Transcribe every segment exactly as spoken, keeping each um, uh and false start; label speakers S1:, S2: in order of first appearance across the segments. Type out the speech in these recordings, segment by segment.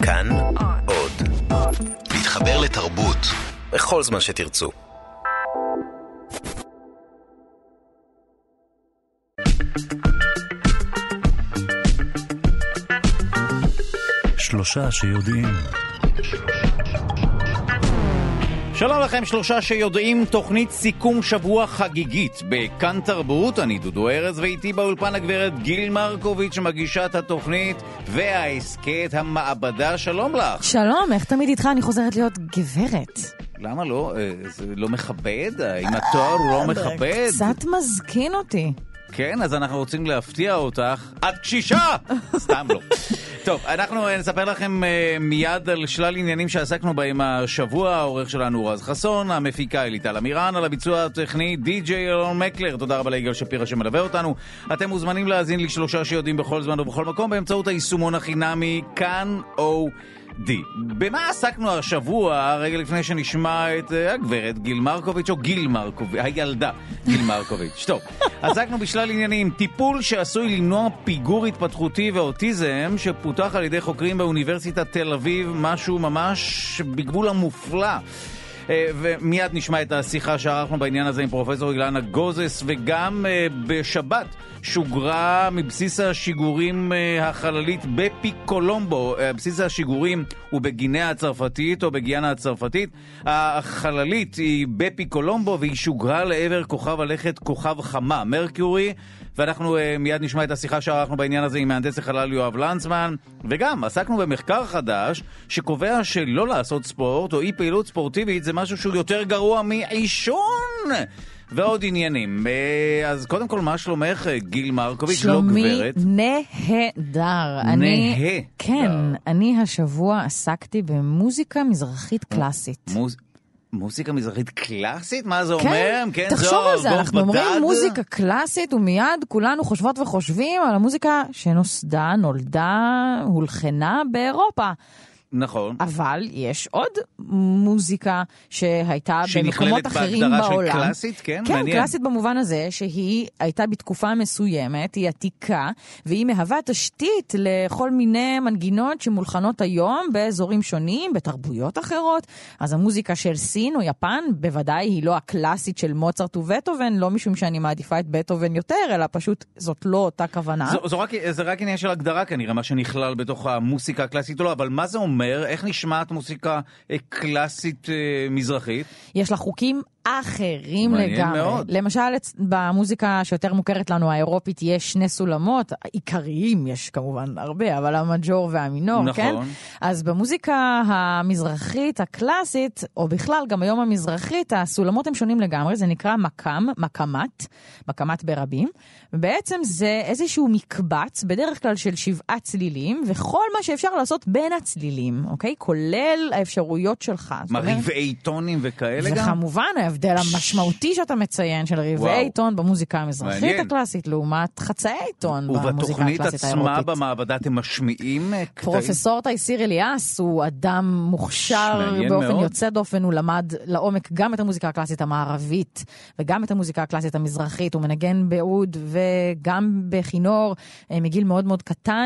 S1: כאן עוד. להתחבר לתרבות בכל זמן שתרצו.
S2: שלושה שיודעים.
S3: שלום לכם, שלושה שיודעים, תוכנית סיכום שבוע חגיגית בכאן תרבות. אני דודו ארז, ואיתי באולפן הגברת גיל מרקוביץ' מגישה את התוכנית והעסקת המעבדה. שלום לך.
S4: שלום, איך תמיד איתך? אני חוזרת להיות גברת.
S3: למה לא? זה לא מכבד? אם התואר הוא לא מכבד?
S4: קצת מזכין אותי.
S3: כן, אז אנחנו רוצים להפתיע אותך. את קשישה! סתם לא. טוב, אנחנו נספר לכם uh, מיד על שלל עניינים שעסקנו בהם השבוע. העורך שלנו רז חסון, המפיקה אליטל אמירן, על הביצוע הטכני די-ג'יי אלון מקלר. תודה רבה ליגאל שפירא שמלווה אותנו. אתם מוזמנים להאזין לשלושה שיודעים בכל זמן ובכל מקום באמצעות היישומון החינמי כאן או די. במה עסקנו השבוע, רגע לפני שנשמע את uh, הגברת גיל מרקוביץ' או גיל מרקוביץ', הילדה גיל מרקוביץ'. טוב, עסקנו בשלל עניינים. טיפול שעשוי למנוע פיגור התפתחותי ואוטיזם שפותח על ידי חוקרים באוניברסיטת תל אביב, משהו ממש בגבול המופלא. ומיד נשמע את השיחה שערכנו בעניין הזה עם פרופסור אילנה גוזס, וגם בשבת שוגרה מבסיס השיגורים החללית בפיקולומבו. בסיס השיגורים הוא בגינה הצרפתית או בגיאנה הצרפתית. החללית היא בפיקולומבו והיא שוגרה לעבר כוכב הלכת כוכב חמה, מרקיורי, ואנחנו uh, מיד נשמע את השיחה שערכנו בעניין הזה עם מהנדס החלל יואב לנצמן. וגם עסקנו במחקר חדש שקובע שלא לעשות ספורט או אי פעילות ספורטיבית זה משהו שהוא יותר גרוע מעישון ועוד עניינים. אז קודם כל, מה שלומך, גיל מרקוביץ'? לא גברת.
S4: שלומי נהדר. אני, כן, אני השבוע עסקתי במוזיקה מזרחית קלאסית.
S3: מוז... מוזיקה מזרחית קלאסית? מה זה אומר?
S4: כן, תחשוב על זה, אנחנו אומרים מוזיקה קלאסית ומיד כולנו חושבות וחושבים על המוזיקה שנוסדה, נולדה, הולחנה באירופה.
S3: נכון.
S4: אבל יש עוד מוזיקה שהייתה במקומות אחרים בעולם.
S3: שנכללת בהגדרה של קלאסית, כן?
S4: כן,
S3: מעניין.
S4: קלאסית במובן הזה שהיא הייתה בתקופה מסוימת, היא עתיקה, והיא מהווה תשתית לכל מיני מנגינות שמולחנות היום באזורים שונים, בתרבויות אחרות. אז המוזיקה של סין או יפן, בוודאי היא לא הקלאסית של מוצרט ובטהובן, לא משום שאני מעדיפה את בטהובן יותר, אלא פשוט זאת לא אותה כוונה.
S3: זו, זו רק, זה רק עניין של הגדרה כנראה, מה שנכלל בתוך המוסיקה הקלאסית או לא, אבל מה זה אומר? איך נשמעת מוסיקה קלאסית מזרחית?
S4: יש לה חוקים אחרים לגמרי. מאוד. למשל, במוזיקה שיותר מוכרת לנו, האירופית, יש שני סולמות, עיקריים יש כמובן הרבה, אבל המג'ור והמינור,
S3: נכון.
S4: כן? אז במוזיקה המזרחית, הקלאסית, או בכלל גם היום המזרחית, הסולמות הם שונים לגמרי, זה נקרא מקם, מקמת, מקמת ברבים, ובעצם זה איזשהו מקבץ, בדרך כלל של שבעה צלילים, וכל מה שאפשר לעשות בין הצלילים, אוקיי? כולל האפשרויות שלך.
S3: מה, רבעי טונים וכאלה גם?
S4: וכמובן, ההבדל המשמעותי שאתה מציין של רבעי טון במוזיקה המזרחית הקלאסית, לעומת חצאי טון במוזיקה הקלאסית האירופית.
S3: ובתוכנית עצמה במעבדה אתם משמיעים קטעים?
S4: פרופסור תייסיר אליאס הוא אדם מוכשר באופן יוצא דופן, הוא למד לעומק גם את המוזיקה הקלאסית המערבית, וגם את המוזיקה הקלאסית המזרחית, הוא מנגן בעוד וגם בכינור מגיל מאוד מאוד קטן,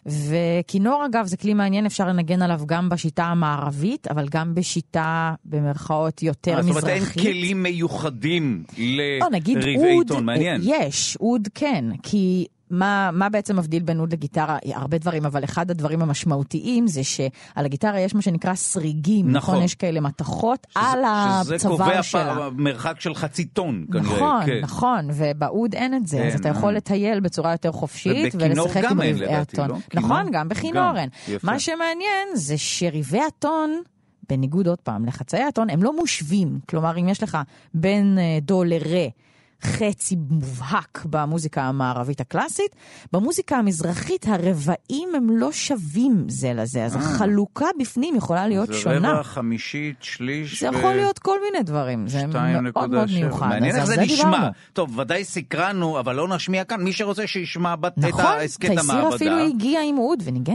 S4: וכינור אגב זה כלי מעניין, אפשר לנגן עליו גם בשיטה המערבית, אבל גם בשיטה במרכאות יותר מזרחית.
S3: זאת אומרת, אין כלים מיוחדים לרבעי טון, מעניין.
S4: יש, אוד כן, כי מה, מה בעצם מבדיל בין אוד לגיטרה? הרבה דברים, אבל אחד הדברים המשמעותיים זה שעל הגיטרה יש מה שנקרא סריגים, נכון? נכון? יש כאלה מתחות שזה, על הצוואר שלה. שזה קובע
S3: מרחק של חצי טון, כנראה.
S4: נכון,
S3: כן. נכון,
S4: ובאוד אין את זה, כן, אז אתה יכול לטייל בצורה יותר חופשית, ולשחק עם רבעי הטון. לא? נכון, גם בכינור אין. מה שמעניין זה שרבעי הטון, בניגוד עוד פעם לחצאי הטון, הם לא מושבים. כלומר, אם יש לך בין דו לרה, חצי מובהק במוזיקה המערבית הקלאסית, במוזיקה המזרחית הרבעים הם לא שווים זה לזה, אז החלוקה בפנים יכולה להיות שונה.
S3: זה רבע, חמישית, שליש.
S4: זה יכול להיות כל מיני דברים, זה מאוד מאוד מיוחד.
S3: מעניין איך זה נשמע. טוב, ודאי סקרנו, אבל לא נשמיע כאן, מי שרוצה שישמע את העסקת המעבדה.
S4: נכון, תייסיר אפילו הגיע עם עוד וניגן.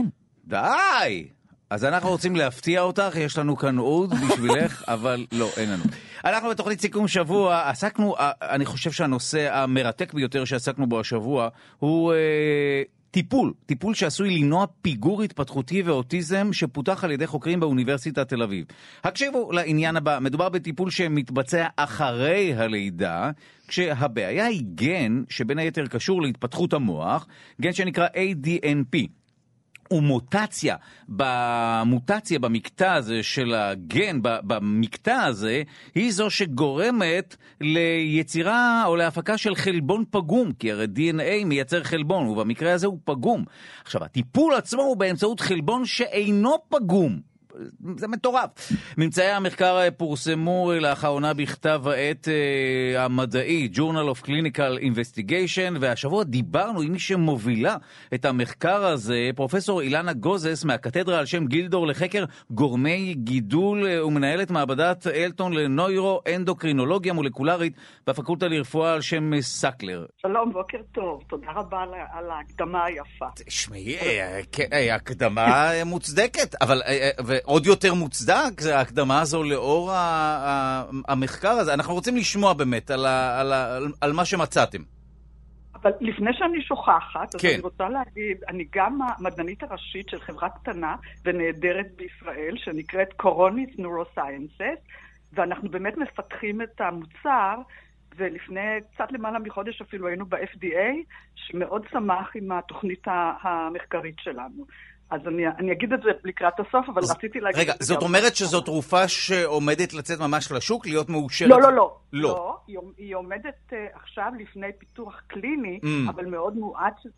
S3: די! אז אנחנו רוצים להפתיע אותך, יש לנו כאן עוד בשבילך, אבל לא, אין לנו. אנחנו בתוכנית סיכום שבוע, עסקנו, אני חושב שהנושא המרתק ביותר שעסקנו בו השבוע, הוא אה, טיפול, טיפול שעשוי למנוע פיגור התפתחותי ואוטיזם שפותח על ידי חוקרים באוניברסיטת תל אביב. הקשיבו לעניין הבא, מדובר בטיפול שמתבצע אחרי הלידה, כשהבעיה היא גן שבין היתר קשור להתפתחות המוח, גן שנקרא איי די אן פי. ומוטציה, במוטציה במקטע הזה של הגן, במקטע הזה, היא זו שגורמת ליצירה או להפקה של חלבון פגום, כי הרי די אן איי מייצר חלבון, ובמקרה הזה הוא פגום. עכשיו, הטיפול עצמו הוא באמצעות חלבון שאינו פגום. זה מטורף. ממצאי המחקר פורסמו לאחרונה בכתב העת המדעי Journal of Clinical Investigation, והשבוע דיברנו עם מי שמובילה את המחקר הזה, פרופסור אילנה גוזס מהקתדרה על שם גילדור לחקר גורמי גידול ומנהלת מעבדת אלטון לנוירו-אנדוקרינולוגיה מולקולרית בפקולטה לרפואה על שם סקלר.
S2: שלום, בוקר טוב. תודה רבה על ההקדמה היפה.
S3: שמעי, הקדמה מוצדקת, אבל עוד יותר מוצדק, זה ההקדמה הזו לאור המחקר הזה. אנחנו רוצים לשמוע באמת על, ה, על, ה, על מה שמצאתם.
S2: אבל לפני שאני שוכחת, כן. אז אני רוצה להגיד, אני גם המדענית הראשית של חברה קטנה ונהדרת בישראל, שנקראת קורוניס נוירוסיינסס, ואנחנו באמת מפתחים את המוצר, ולפני קצת למעלה מחודש אפילו היינו ב-אף די איי, שמאוד שמח עם התוכנית המחקרית שלנו. אז אני, אני אגיד את זה לקראת הסוף, אבל רציתי להגיד...
S3: רגע, זאת אומרת שזו תרופה שעומדת לצאת ממש לשוק, להיות מאושרת?
S2: לא, לא, לא. לא. היא, היא עומדת uh, עכשיו לפני פיתוח קליני, mm. אבל מאוד מואץ, uh,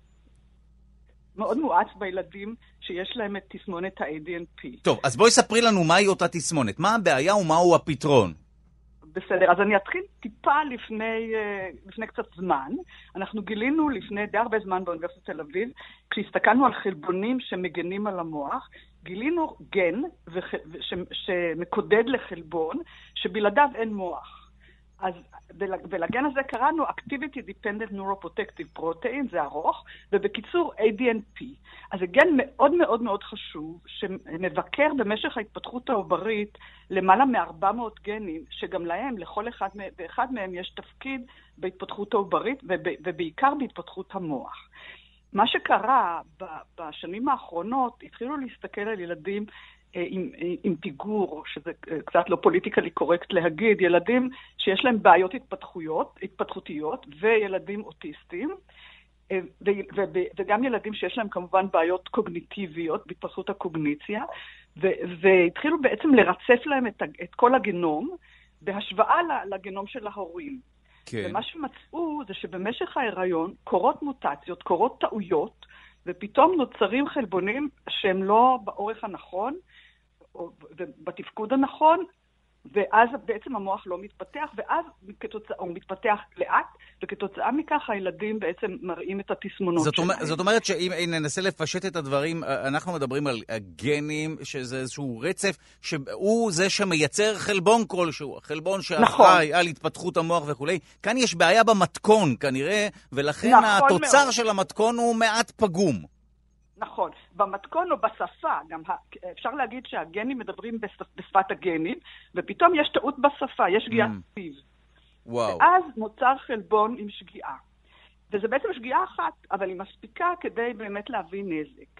S2: מאוד מואץ בילדים שיש להם את תסמונת ה-איי די אן פי.
S3: טוב, אז בואי ספרי לנו מהי אותה תסמונת. מה הבעיה ומהו הפתרון?
S2: בסדר, אז אני אתחיל טיפה לפני, לפני קצת זמן. אנחנו גילינו לפני די הרבה זמן באוניברסיטת תל אביב, כשהסתכלנו על חלבונים שמגנים על המוח, גילינו גן וח... ש... שמקודד לחלבון, שבלעדיו אין מוח. אז, ולגן הזה קראנו Activity Dependent Neuroprotective Protein, זה ארוך, ובקיצור איי די אן פי. אז זה גן מאוד מאוד מאוד חשוב, שמבקר במשך ההתפתחות העוברית למעלה מ-ארבע מאות גנים, שגם להם, לכל אחד ואחד מהם יש תפקיד בהתפתחות העוברית, ובעיקר בהתפתחות המוח. מה שקרה בשנים האחרונות, התחילו להסתכל על ילדים עם, עם פיגור, שזה קצת לא פוליטיקלי קורקט להגיד, ילדים שיש להם בעיות התפתחויות, התפתחותיות, וילדים אוטיסטים, ו, ו, וגם ילדים שיש להם כמובן בעיות קוגניטיביות, בהתפתחות הקוגניציה, ו, והתחילו בעצם לרצף להם את, את כל הגנום, בהשוואה לגנום של ההורים. כן. ומה שמצאו זה שבמשך ההיריון קורות מוטציות, קורות טעויות, ופתאום נוצרים חלבונים שהם לא באורך הנכון, ובתפקוד הנכון, ואז בעצם המוח לא מתפתח, ואז כתוצאה, הוא מתפתח לאט, וכתוצאה מכך הילדים בעצם מראים את התסמונות
S3: זאת
S2: שלהם.
S3: אומר, זאת אומרת שאם ננסה לפשט את הדברים, אנחנו מדברים על הגנים, שזה איזשהו רצף, שהוא זה שמייצר חלבון כלשהו, חלבון שאחראי נכון. על התפתחות המוח וכו'. כאן יש בעיה במתכון כנראה, ולכן נכון התוצר מאוד. של המתכון הוא מעט פגום.
S2: נכון, במתכון או בשפה, גם אפשר להגיד שהגנים מדברים בשפת הגנים, ופתאום יש טעות בשפה, יש שגיאה סביב.
S3: וואו.
S2: ואז נוצר חלבון עם שגיאה. וזה בעצם שגיאה אחת, אבל היא מספיקה כדי באמת להביא נזק.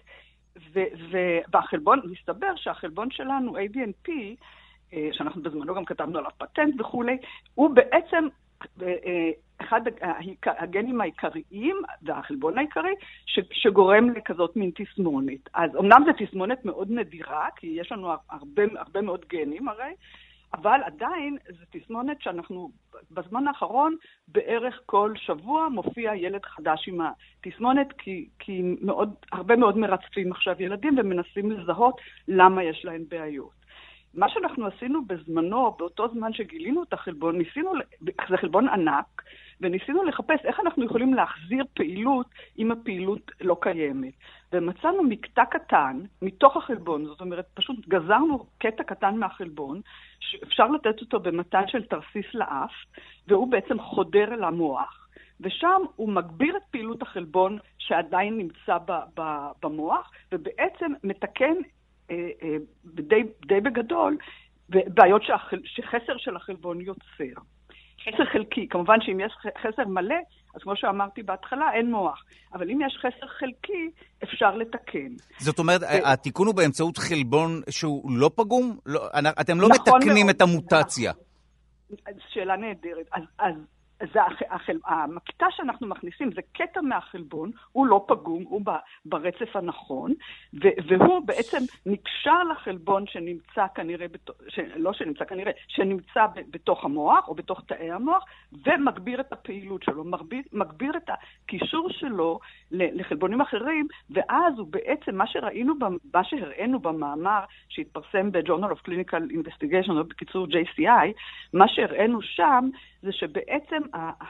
S2: והחלבון, מסתבר שהחלבון שלנו, איי די אן פי, שאנחנו בזמנו גם כתבנו עליו פטנט וכו', הוא בעצם אחד הגנים העיקריים, והחלבון העיקרי, שגורם לכזאת מין תסמונת. אז אמנם זו תסמונת מאוד נדירה, כי יש לנו הרבה, הרבה מאוד גנים הרי, אבל עדיין זו תסמונת שאנחנו בזמן האחרון בערך כל שבוע מופיע ילד חדש עם התסמונת, כי, כי מאוד, הרבה מאוד מרצפים עכשיו ילדים ומנסים לזהות למה יש להם בעיות. מה שאנחנו עשינו בזמנו, באותו זמן שגילינו את החלבון, ניסינו, זה חלבון ענק, וניסינו לחפש איך אנחנו יכולים להחזיר פעילות אם הפעילות לא קיימת. ומצאנו מקטע קטן מתוך החלבון, זאת אומרת, פשוט גזרנו קטע קטן מהחלבון, שאפשר לתת אותו במתן של תרסיס לאף, והוא בעצם חודר אל המוח, ושם הוא מגביר את פעילות החלבון שעדיין נמצא ב- ב- במוח, ובעצם מתקן אה, אה, די, די בגדול בעיות שהחל, שחסר של החלבון יוצר. חסר חלקי, כמובן שאם יש חסר מלא, אז כמו שאמרתי בהתחלה, אין מוח. אבל אם יש חסר חלקי, אפשר לתקן.
S3: זאת אומרת, ו... התיקון הוא באמצעות חלבון שהוא לא פגום? לא, אתם לא נכון מתקנים מאוד. את המוטציה.
S2: שאלה נהדרת. אז... אז... זה החל... המקטע שאנחנו מכניסים זה קטע מהחלבון, הוא לא פגום, הוא ברצף הנכון, ו... והוא בעצם נקשר לחלבון שנמצא כנראה, בת... ש... לא שנמצא כנראה, שנמצא ב... בתוך המוח או בתוך תאי המוח, ומגביר את הפעילות שלו, מגביר, מגביר את הקישור שלו לחלבונים אחרים, ואז הוא בעצם, מה שראינו, מה שהראינו במאמר שהתפרסם ב-Journal of Clinical Investigation, או בקיצור ג'יי סי איי, מה שהראינו שם, זה שבעצם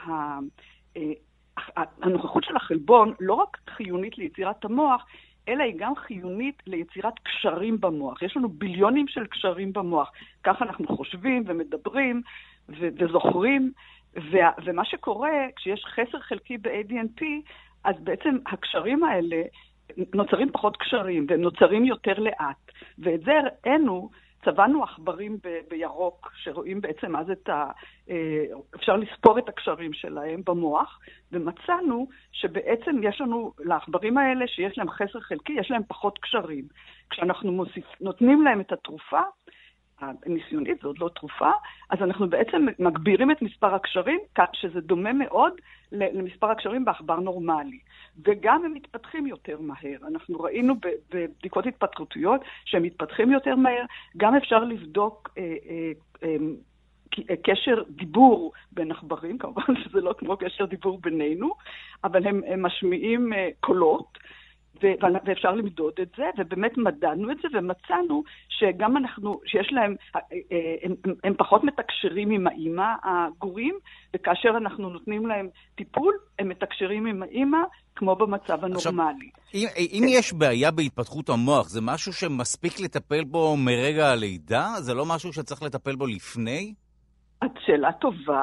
S2: הנוכחות של החלבון לא רק חיונית ליצירת המוח, אלא היא גם חיונית ליצירת קשרים במוח. יש לנו ביליונים של קשרים במוח. כך אנחנו חושבים ומדברים וזוכרים, ומה שקורה כשיש חסר חלקי ב-איי די אן פי, אז בעצם הקשרים האלה נוצרים פחות קשרים, והם נוצרים יותר לאט. ואת זה הראינו, צבענו עכברים ב- בירוק, שרואים בעצם אז את ה... אפשר לספור את הקשרים שלהם במוח, ומצאנו שבעצם יש לנו, לעכברים האלה שיש להם חסר חלקי, יש להם פחות קשרים. כשאנחנו מוסיף, נותנים להם את התרופה, הניסיונית, זו עוד לא תרופה, אז אנחנו בעצם מגבירים את מספר הקשרים, שזה דומה מאוד למספר הקשרים בעכבר נורמלי. וגם הם מתפתחים יותר מהר. אנחנו ראינו בבדיקות התפתחותיות שהם מתפתחים יותר מהר. גם אפשר לבדוק אה, אה, אה, קשר דיבור בין עכברים, כמובן שזה לא כמו קשר דיבור בינינו, אבל הם, הם משמיעים אה, קולות, ואפשר למדוד את זה, ובאמת מדדנו את זה, ומצאנו שגם אנחנו, שיש להם, הם, הם, הם פחות מתקשרים עם האמא הגורים, וכאשר אנחנו נותנים להם טיפול, הם מתקשרים עם האמא, כמו במצב הנורמלי.
S3: עכשיו, אם, אם יש בעיה בהתפתחות המוח, זה משהו שמספיק לטפל בו מרגע הלידה? זה לא משהו שצריך לטפל בו לפני?
S2: את שאלה טובה.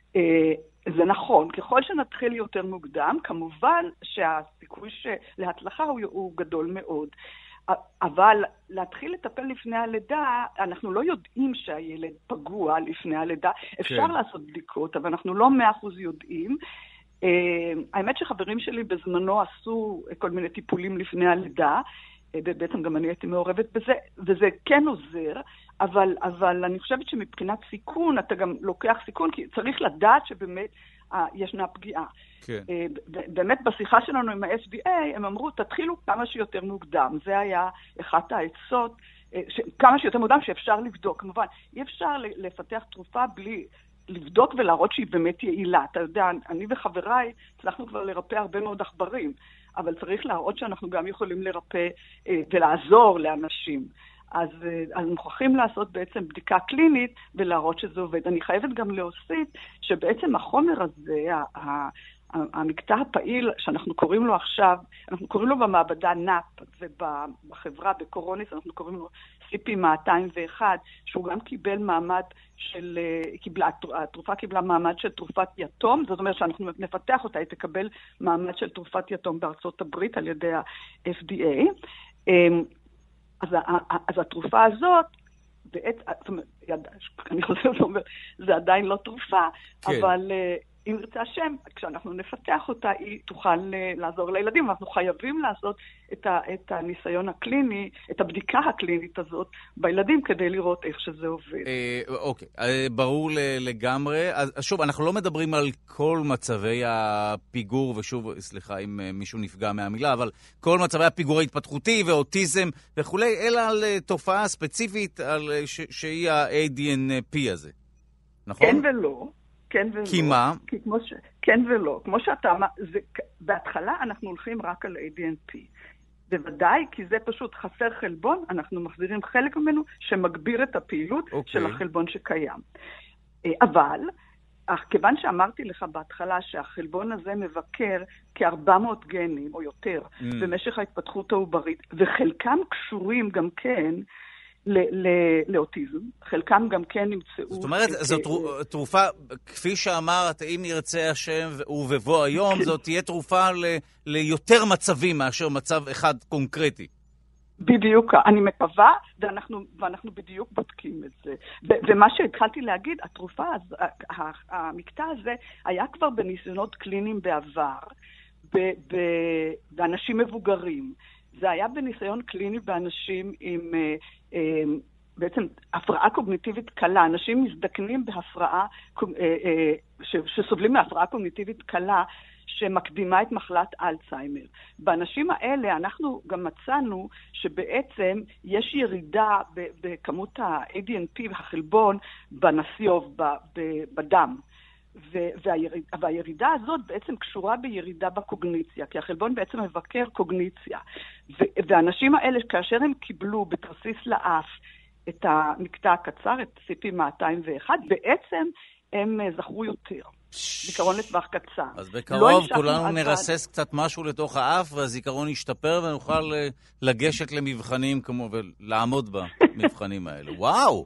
S2: זה נכון, ככל שנתחיל יותר מוקדם, כמובן שהסיכוי להצלחה הוא, הוא גדול מאוד. אבל להתחיל לטפל לפני הלידה, אנחנו לא יודעים שהילד פגוע לפני הלידה. אפשר כן. לעשות בדיקות, אבל אנחנו לא מאה אחוז יודעים. האמת שחברים שלי בזמנו עשו כל מיני טיפולים לפני הלידה, ובעצם גם אני הייתי מעורבת בזה, וזה כן עוזר, אבל, אבל אני חושבת שמבחינת סיכון, אתה גם לוקח סיכון, כי צריך לדעת שבאמת אה, ישנה פגיעה. כן. אה, באמת בשיחה שלנו עם ה-אף די איי, הם אמרו, תתחילו כמה שיותר מוקדם. זה היה אחת העצות, אה, ש, כמה שיותר מוקדם שאפשר לבדוק. כמובן, אי אפשר לפתח תרופה בלי לבדוק ולהראות שהיא באמת יעילה. אתה יודע, אני וחבריי הצלחנו כבר לרפא הרבה מאוד עכברים, אבל צריך להראות שאנחנו גם יכולים לרפא אה, ולעזור לאנשים. אז, אז מוכרחים לעשות בעצם בדיקה קלינית ולהראות שזה עובד. אני חייבת גם להוסיף שבעצם החומר הזה, המקטע הפעיל שאנחנו קוראים לו עכשיו, אנחנו קוראים לו במעבדה נאפ, ובחברה בקורוניס אנחנו קוראים לו סי פי מאתיים ואחת, שהוא גם קיבל מעמד של, קיבלה, התרופה קיבלה מעמד של תרופת יתום, זאת אומרת שאנחנו נפתח אותה, היא תקבל מעמד של תרופת יתום בארצות הברית על ידי ה-אף די איי. אז, אז התרופה הזאת, בעת, זאת אומרת, אני חושבת שאומר, זה עדיין לא תרופה, כן. אבל אם ירצה השם, כשאנחנו נפתח אותה, היא תוכל לעזור לילדים. אנחנו חייבים לעשות את, ה, את הניסיון הקליני, את הבדיקה הקלינית הזאת בילדים, כדי לראות איך שזה עובד.
S3: אה, אוקיי, אה, ברור לגמרי. אז שוב, אנחנו לא מדברים על כל מצבי הפיגור, ושוב, סליחה אם מישהו נפגע מהמילה, אבל כל מצבי הפיגור ההתפתחותי ואוטיזם וכו', אלא על תופעה ספציפית על, ש, שהיא ה-איי די אן פי הזה. נכון?
S2: כן ולא. כן ולא.
S3: כי מה?
S2: כי כמו ש... כן ולא. כמו שאתה אמר, זה... בהתחלה אנחנו הולכים רק על איי די אן פי. בוודאי, כי זה פשוט חסר חלבון, אנחנו מחזירים חלק ממנו שמגביר את הפעילות okay. של החלבון שקיים. אבל, כיוון שאמרתי לך בהתחלה שהחלבון הזה מבקר כ-ארבע מאות גנים או יותר mm. במשך ההתפתחות העוברית, וחלקם קשורים גם כן לאוטיזם. חלקם גם כן נמצאו...
S3: זאת אומרת, זו תרופה, כפי שאמרת, אם ירצה השם ובבוא היום, זאת תהיה תרופה ליותר מצבים מאשר מצב אחד קונקרטי.
S2: בדיוק, אני מקווה, ואנחנו, ואנחנו בדיוק בודקים את זה. ו- ומה שהתחלתי להגיד, התרופה, המקטע הזה, היה כבר בניסיונות קליניים בעבר, ב- ב- באנשים מבוגרים. זה היה בניסיון קליני באנשים עם בעצם הפרעה קוגניטיבית קלה. אנשים מזדקנים בהפרעה, שסובלים מהפרעה קוגניטיבית קלה, שמקדימה את מחלת אלצהיימר. באנשים האלה אנחנו גם מצאנו שבעצם יש ירידה בכמות ה-איי די אן טי והחלבון בנסיוב, בדם. והיריד, והירידה הזאת בעצם קשורה בירידה בקוגניציה, כי החלבון בעצם מבקר קוגניציה. והאנשים האלה, כאשר הם קיבלו בתרסיס לאף את המקטע הקצר, את סי פי מאתיים ואחת, בעצם הם זכרו יותר. זיכרון לטווח קצר.
S3: אז בקרוב כולנו נרסס קצת משהו לתוך האף, והזיכרון ישתפר, ונוכל לגשת למבחנים כמו, ולעמוד במבחנים האלה. וואו!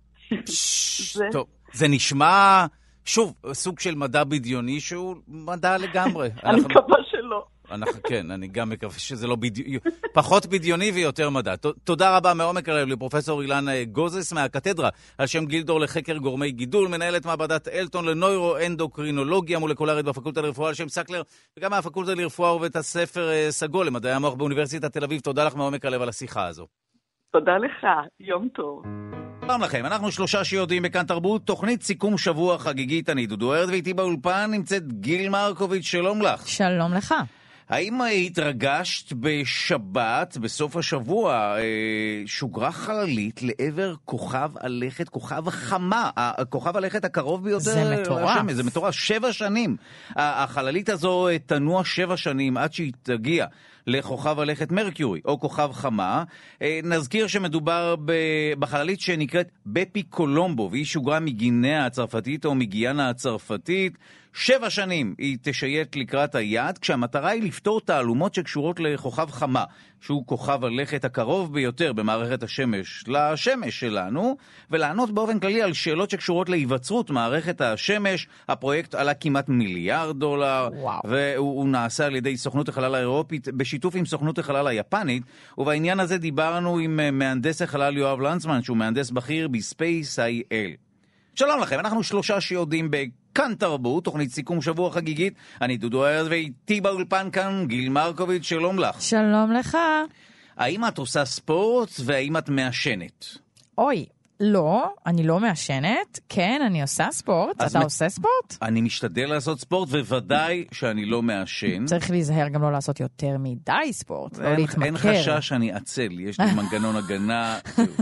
S3: טוב, זה נשמע... שוב, סוג של מדע בדיוני שהוא מדע לגמרי.
S2: אני מקווה שלא.
S3: כן, אני גם מקווה שזה לא בדיוני, פחות בדיוני ויותר מדע. תודה רבה מעומק הלב לפרופסור אילן גוזס מהקתדרה על שם גילדור לחקר גורמי גידול, מנהלת מעבדת אלטון לנוירו-אנדוקרינולוגיה מולקולרית בפקולטה לרפואה על שם סקלר, וגם מהפקולטה לרפואה ובית הספר סגול למדעי המוח באוניברסיטת תל אביב. תודה לך מעומק הלב על השיחה הזו.
S2: תודה לך, יום טוב.
S3: שלום לכם, אנחנו שלושה שיודעים בכאן תרבות, תוכנית סיכום שבוע חגיגית. אני דודו ארץ, ואיתי באולפן נמצאת גיל מרקוביץ'. שלום לך.
S4: שלום לך.
S3: האם התרגשת בשבת, בסוף השבוע, שוגרה חללית לעבר כוכב הלכת, כוכב חמה, הכוכב הלכת הקרוב ביותר?
S4: זה מטורף.
S3: זה מטורף, שבע שנים. החללית הזו תנוע שבע שנים עד שהיא תגיע לכוכב הלכת מרקיורי, או כוכב חמה. נזכיר שמדובר בחללית שנקראת בפי קולומבו, והיא שוגרה מגינאה הצרפתית או מגיאנה הצרפתית. שבע שנים היא תשייט לקראת היעד, כשהמטרה היא לפתור תעלומות שקשורות לכוכב חמה, שהוא כוכב הלכת הקרוב ביותר במערכת השמש לשמש שלנו, ולענות באופן כללי על שאלות שקשורות להיווצרות מערכת השמש. הפרויקט עלה כמעט מיליארד דולר, וואו. והוא נעשה על ידי סוכנות החלל האירופית בשיתוף עם סוכנות החלל היפנית, ובעניין הזה דיברנו עם מהנדס החלל יואב לנצמן, שהוא מהנדס בכיר בספייס איי אל. שלום לכם, אנחנו שלושה שיודעים בכאן תרבות, תוכנית סיכום שבוע חגיגית. אני דודו ארץ, ואיתי באולפן כאן גיל מרקוביץ'. שלום לך.
S4: שלום לך.
S3: האם את עושה ספורט והאם את מעשנת?
S4: אוי, לא, אני לא מעשנת. כן, אני עושה ספורט. אתה מ... עושה ספורט?
S3: אני משתדל לעשות ספורט, ובוודאי שאני לא מעשן.
S4: צריך להיזהר גם לא לעשות יותר מדי ספורט, לא להתמכר.
S3: אין חשש שאני אצל, יש לי מנגנון הגנה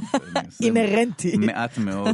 S4: אינרנטי.
S3: מעט מאוד.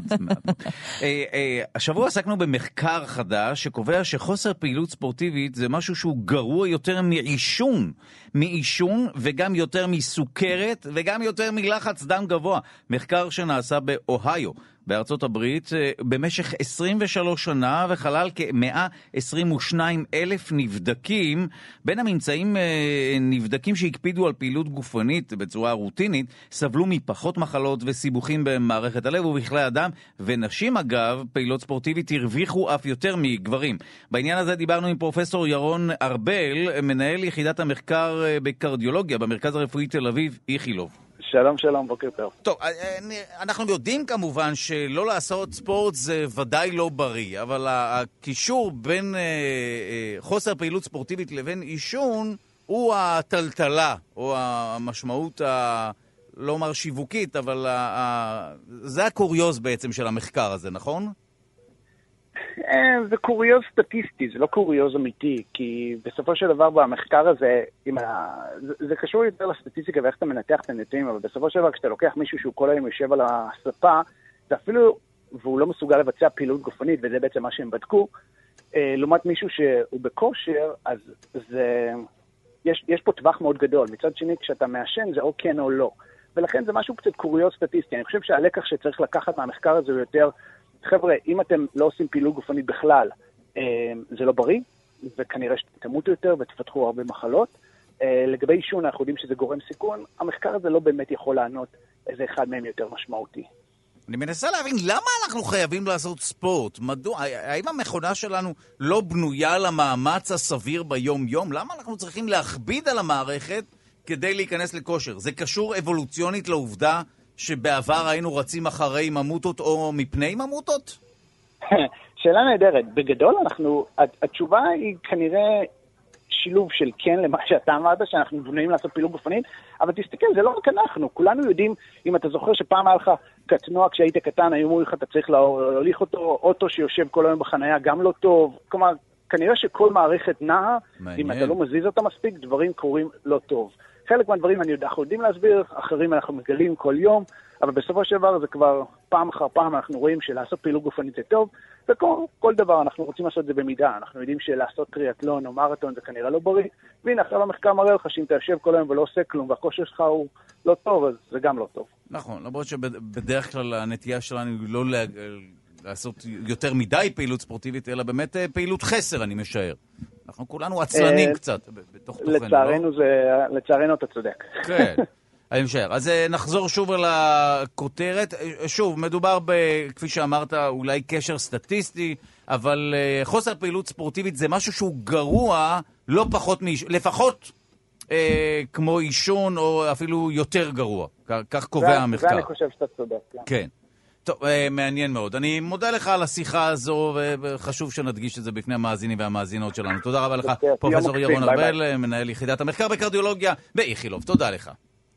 S3: השבוע עסקנו במחקר חדש שקובע שחוסר פעילות ספורטיבית זה משהו שהוא גרוע יותר מעישון. מעישון וגם יותר מסוכרת וגם יותר מלחץ דם גבוה. מחקר שנעשה באוהיו, בארצות הברית, במשך עשרים ושלוש שנה, וכלל כ-מאה עשרים ושניים אלף נבדקים. בין הממצאים, נבדקים שהקפידו על פעילות גופנית בצורה רוטינית, סבלו מפחות מחלות וסיבוכים במערכת הלב ובכלי הדם, ונשים אגב, פעילות ספורטיבית, הרוויחו אף יותר מגברים. בעניין הזה דיברנו עם פרופסור ירון ארבל, מנהל יחידת המחקר בקרדיולוגיה במרכז הרפואי תל אביב איכילוב.
S5: שלום, שלום, בוקר טוב.
S3: טוב, אנחנו יודעים כמובן שלא לעשות ספורט זה ודאי לא בריא, אבל הקישור בין חוסר פעילות ספורטיבית לבין עישון הוא הטלטלה, או המשמעות לא אומר שיווקית, אבל זה הקוריוז בעצם של המחקר הזה, נכון?
S5: זה קוריוז סטטיסטי, זה לא קוריוז אמיתי, כי בסופו של דבר במחקר הזה, ה... זה, זה קשור יותר לסטטיסטיקה ואיך אתה מנתח את הנתונים, אבל בסופו של דבר כשאתה לוקח מישהו שהוא כל היום יושב על הספה, זה אפילו, והוא לא מסוגל לבצע פעילות גופנית, וזה בעצם מה שהם בדקו, לעומת מישהו שהוא בכושר, אז זה, יש, יש פה טווח מאוד גדול. מצד שני, כשאתה מעשן זה או כן או לא. ולכן זה משהו קצת קוריוז סטטיסטי. אני חושב שהלקח שצריך לקחת מהמחקר הזה הוא יותר, חבר'ה, אם אתם לא עושים פעילות גופנית בכלל, זה לא בריא, וכנראה שתמותו יותר ותפתחו הרבה מחלות. לגבי עישון, אנחנו יודעים שזה גורם סיכון. המחקר הזה לא באמת יכול לענות איזה אחד מהם יותר משמעותי.
S3: אני מנסה להבין, למה אנחנו חייבים לעשות ספורט? מדוע? האם המכונה שלנו לא בנויה למאמץ הסביר ביום-יום? למה אנחנו צריכים להכביד על המערכת כדי להיכנס לכושר. זה קשור אבולוציונית לעובדה שבעבר היינו רצים אחרי ממוטות או מפני ממוטות?
S5: שאלה נהדרת. בגדול אנחנו, התשובה היא כנראה שילוב של כן למה שאתה אמרת, שאנחנו בנויים לעשות פעילות גופנית, אבל תסתכל, זה לא רק אנחנו, כולנו יודעים, אם אתה זוכר שפעם היה לך קטנוע כשהיית קטן, היו אומרים לך, אתה צריך להוליך אותו, אוטו שיושב כל היום בחנייה, גם לא טוב, כלומר, כנראה שכל מערכת נעה, אם אתה לא מזיז אותה מספיק, דברים קורים לא טוב. חלק מהדברים אני יודע, אנחנו יודעים להסביר, אחרים אנחנו מגלים כל יום, אבל בסופו של דבר זה כבר פעם אחר פעם אנחנו רואים שלעשות פעילות גופנית זה טוב, וכל כל דבר אנחנו רוצים לעשות את זה במידה. אנחנו יודעים שלעשות טריאטלון או מרתון זה כנראה לא בריא, והנה עכשיו המחקר מראה לך שאם אתה יושב כל היום ולא עושה כלום, והכושר שלך הוא לא טוב, אז זה גם לא טוב.
S3: נכון, למרות שבדרך כלל הנטייה שלנו היא לא לה... לעשות יותר מדי פעילות ספורטיבית, אלא באמת פעילות חסר, אני משער. אנחנו כולנו עצלנים קצת בתוך תוכנו,
S5: לצערנו זה, לצערנו אתה צודק.
S3: כן. אני משער. אז נחזור שוב על הכותרת. שוב, מדובר ב, כפי שאמרת, אולי קשר סטטיסטי, אבל חוסר פעילות ספורטיבית זה משהו שהוא גרוע, לא פחות מאישון, לפחות אה, כמו אישון, או אפילו יותר גרוע. כך קובע המחקר.
S5: ואני חושב שאתה צודק.
S3: כן. טוב, מעניין מאוד. אני מודה לך על השיחה הזו, וחשוב שנדגיש את זה בפני המאזינים והמאזינות שלנו. תודה רבה לך, פרופסור ירון ארבל, מנהל יחידת המחקר בקרדיולוגיה באיכילוב. תודה לך.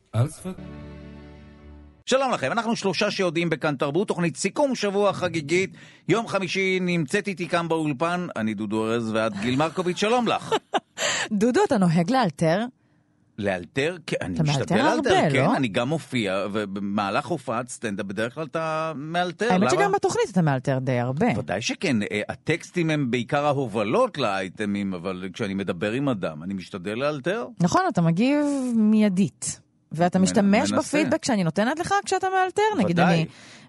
S3: שלום לכם, אנחנו שלושה שיודעים בכאן תרבות, תוכנית סיכום שבוע חגיגית. יום חמישי נמצאת איתי כאן באולפן, אני דודו ארז ועד גיל מרקוביץ', שלום לך.
S4: דודו, אתה נוהג לאלתר?
S3: לאלתר? כן, אני משתדל לאלתר, כן, אני גם מופיע, ובמהלך הופעת סטנדאפ בדרך כלל אתה מאלתר.
S4: האמת שגם בתוכנית אתה מאלתר די הרבה.
S3: ודאי שכן, הטקסטים הם בעיקר ההובלות לאייטמים, אבל כשאני מדבר עם אדם, אני משתדל לאלתר.
S4: נכון, אתה מגיב מיידית. ואתה משתמש בפידבק שאני נותנת לך כשאתה מאלתר? נגיד אני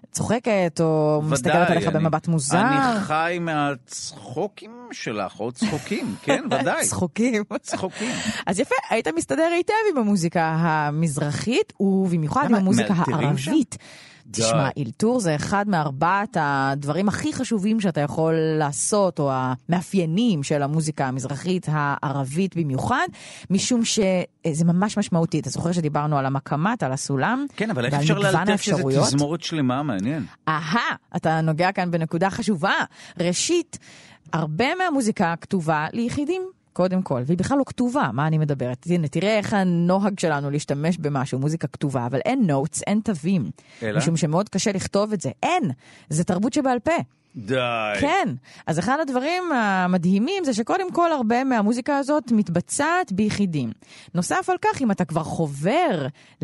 S4: צוחקת או מסתכלת עליך במבט מוזר.
S3: אני חי מהצחוקים שלך, או צחוקים, כן, ודאי.
S4: צחוקים.
S3: צחוקים.
S4: אז יפה, היית מסתדר היטב עם המוזיקה המזרחית, ובמיוחד עם המוזיקה הערבית. תשמע, אילתור זה אחד מארבעת הדברים הכי חשובים שאתה יכול לעשות, או המאפיינים של המוזיקה המזרחית הערבית במיוחד, משום שזה ממש משמעותי. אתה זוכר שדיברנו על המקמת, על הסולם?
S3: כן, אבל איך אפשר לאלתר שזה תזמורת שלמה, מעניין.
S4: אהה, אתה נוגע כאן בנקודה חשובה. ראשית, הרבה מהמוזיקה כתובה ליחידים. קודם כל, והיא בכלל לא כתובה, מה אני מדברת? הנה, תראה איך הנוהג שלנו להשתמש במשהו, מוזיקה כתובה, אבל אין נוטס, אין תווים. אלא? משום שמאוד קשה לכתוב את זה. אין! זה תרבות שבעל פה.
S3: די.
S4: כן. אז אחד הדברים המדהימים זה שקודם כל הרבה מהמוזיקה הזאת מתבצעת ביחידים. נוסף על כך, אם אתה כבר חובר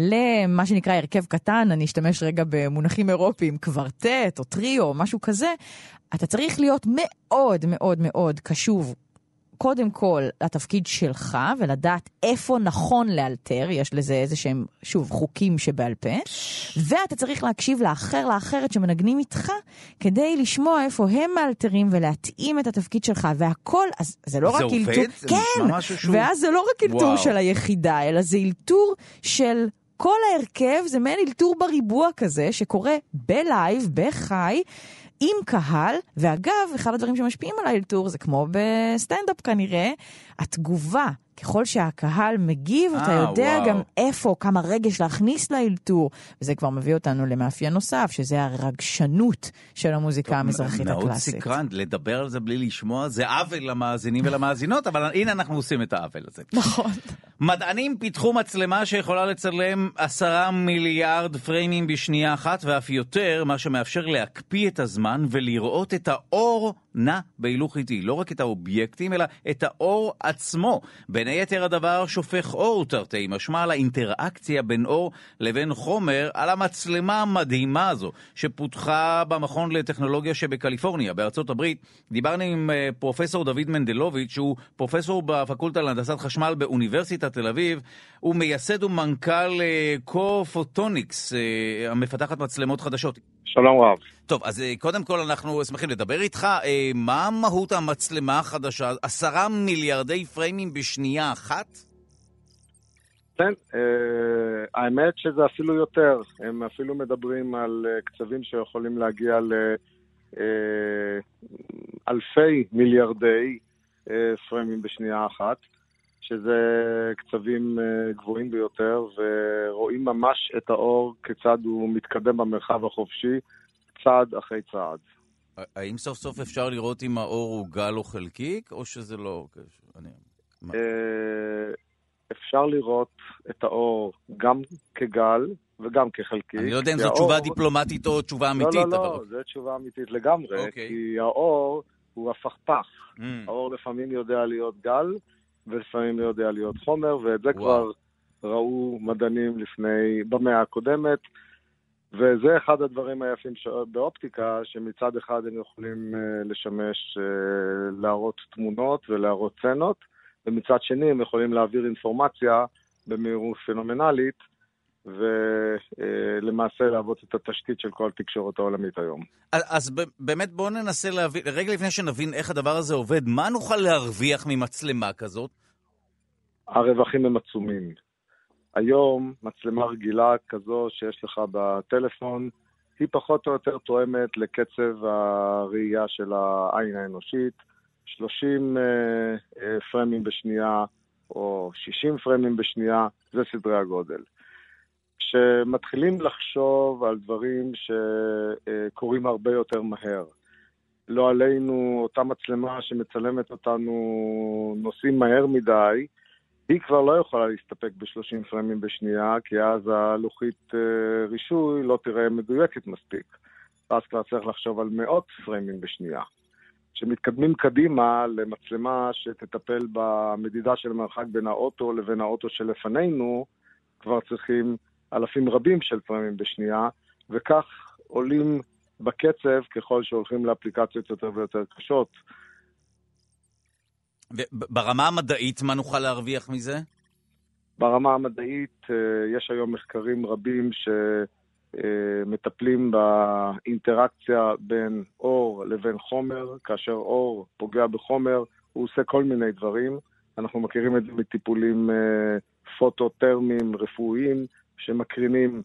S4: למה שנקרא הרכב קטן, אני אשתמש רגע במונחים אירופיים, קוורטט או טריו או משהו כזה, אתה צריך להיות מאוד מאוד מאוד קשוב קודם כל לתפקיד שלך, ולדעת איפה נכון לאלתר, יש לזה איזה שהם, שוב, חוקים שבעל פה, ואתה צריך להקשיב לאחר, לאחרת שמנגנים איתך, כדי לשמוע איפה הם מאלתרים, ולהתאים את התפקיד שלך, והכל, אז זה לא רק אילתור, כן, ואז זה לא רק אילתור של היחידה, אלא זה אילתור של כל ההרכב, זה מעין אילתור בריבוע כזה, שקורה בלייב, בחי, עם קהל, ואגב, אחד הדברים שמשפיעים על האלתור, זה כמו בסטנדאפ כנראה, התגובה, ככל שהקהל מגיב, אתה יודע גם איפה, כמה רגש להכניס לאלתור, וזה כבר מביא אותנו למאפיין נוסף, שזה הרגשנות של המוזיקה המזרחית הקלאסית.
S3: מאוד סקרנט, לדבר על זה בלי לשמוע, זה עוול למאזינים ולמאזינות, אבל הנה אנחנו עושים את העוול הזה.
S4: נכון.
S3: מדענים פיתחו מצלמה שיכולה לצלם עשרה מיליארד פריימים בשנייה אחת, ואף יותר, מה שמאפשר להקפיא את הזמן ולראות את האור נע בהילוך איטי. לא רק את האובייקטים, אלא את האור עצמו. בין היתר הדבר שופך אור תרתי, משמע על האינטראקציה בין אור לבין חומר, על המצלמה המדהימה הזו, שפותחה במכון לטכנולוגיה שבקליפורניה, בארצות הברית. דיברנו עם פרופסור דוד מנדלוביץ', שהוא פרופסור בפקולטה להנדסת חשמל באוניברסיטת תל אביב, הוא מייסד ומנכ"ל קו-פוטוניקס, המפתחת מצלמות חדשות.
S6: שלום רב.
S3: טוב, אז קודם כל אנחנו שמחים לדבר איתך. מה מהות המצלמה החדשה? עשרה מיליארדי פריימים בשנייה אחת?
S6: כן, האמת שזה אפילו יותר. הם אפילו מדברים על קצבים שיכולים להגיע לאלפי מיליארדי פריימים בשנייה אחת, שזה קצבים גבוהים ביותר, ורואים ממש את האור כיצד הוא מתקדם במרחב החופשי, צעד אחרי צעד.
S3: האם סוף סוף אפשר לראות אם האור הוא גל או חלקיק, או שזה לא? אני...
S6: אפשר לראות את האור גם כגל וגם כחלקיק.
S3: אני לא יודע אם זו תשובה דיפלומטית או תשובה אמיתית.
S6: לא, לא, לא, זו תשובה אמיתית לגמרי, כי האור הוא הפכפך. האור לפעמים יודע להיות גל, ולפעמים יודע להיות חומר, ואת זה כבר ראו מדענים לפני, במאה הקודמת, וזה אחד הדברים היפים באופטיקה, שמצד אחד הם יכולים לשמש להראות תמונות ולהראות סצנות, ומצד שני הם יכולים להעביר אינפורמציה במהירות פנומנלית, ולמעשה להוות את התשתית של כל תקשורת העולמית היום.
S3: אז באמת בואו ננסה להבין, רגע לפני שנבין איך הדבר הזה עובד, מה נוכל להרוויח ממצלמה כזאת?
S6: הרווחים הם עצומים. היום מצלמה רגילה כזו שיש לך בטלפון, היא פחות או יותר תואמת לקצב הראייה של העין האנושית, שלושים פרמים בשנייה או שישים פרמים בשנייה, זה סדרי הגודל. כשמתחילים לחשוב על דברים שקורים הרבה יותר מהר, לא עלינו אותה מצלמה שמצלמת אותנו נוסעים מהר מדי, היא כבר לא יכולה להסתפק ב-שלושים פרמים בשנייה, כי אז הלוחית רישוי לא תראה מדויקת מספיק. אז כבר צריך לחשוב על מאות פרמים בשנייה. כשמתקדמים קדימה למצלמה שתטפל במדידה של המרחק בין האוטו לבין האוטו שלפנינו, כבר צריכים אלפים רבים של פרמים בשנייה, וכך עולים בקצב ככל שהולכים לאפליקציות יותר ויותר קשות.
S3: ברמה המדעית, מה נוכל להרוויח מזה?
S6: ברמה המדעית יש היום מחקרים רבים שמטפלים באינטראקציה בין אור לבין חומר. כאשר אור פוגע בחומר, הוא עושה כל מיני דברים. אנחנו מכירים את זה מטיפולים פוטוטרמיים רפואיים, שמקרינים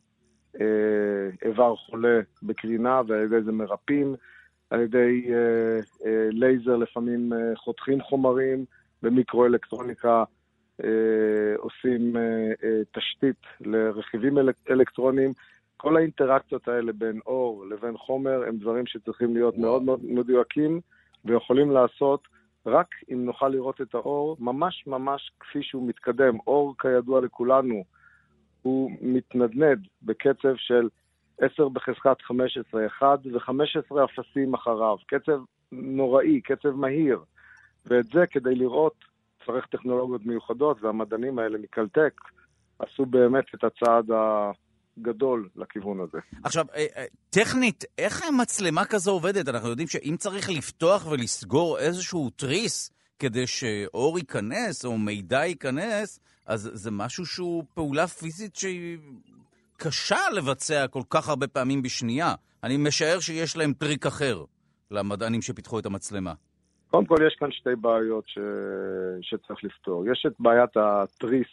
S6: איבר חולה בקרינה, ועל ידי זה מרפאים. על ידי אה, אה, לייזר לפעמים אה, חותכים חומרים, במיקרואלקטרוניקה אה, עושים אה, אה, תשתית לרכיבים אלק, אלקטרוניים. כל האינטראקציות האלה בין אור לבין חומר הם דברים שצריכים להיות מאוד מאוד מדויקים, ויכולים לעשות רק אם נוכל לראות את האור ממש ממש כפי שהוא מתקדם. אור כידוע לכולנו הוא מתנדנד בקצב של עשר בחזקת חמש עשרה, אחד ו-חמש עשרה אפסים אחריו. קצב נוראי, קצב מהיר. ואת זה כדי לראות צריך טכנולוגיות מיוחדות, והמדענים האלה מקלטק עשו באמת את הצעד הגדול לכיוון הזה.
S3: עכשיו, טכנית, איך מצלמה כזו עובדת? אנחנו יודעים שאם צריך לפתוח ולסגור איזשהו טריס כדי שאור ייכנס או מידע ייכנס, אז זה משהו שהוא פעולה פיזית שהיא קשה לבצע כל כך הרבה פעמים בשנייה. אני משער שיש להם טריק אחר למדענים שפיתחו את המצלמה.
S6: קודם כל יש כאן שתי בעיות ש... שצריך לפתור. יש את בעיית הטריס.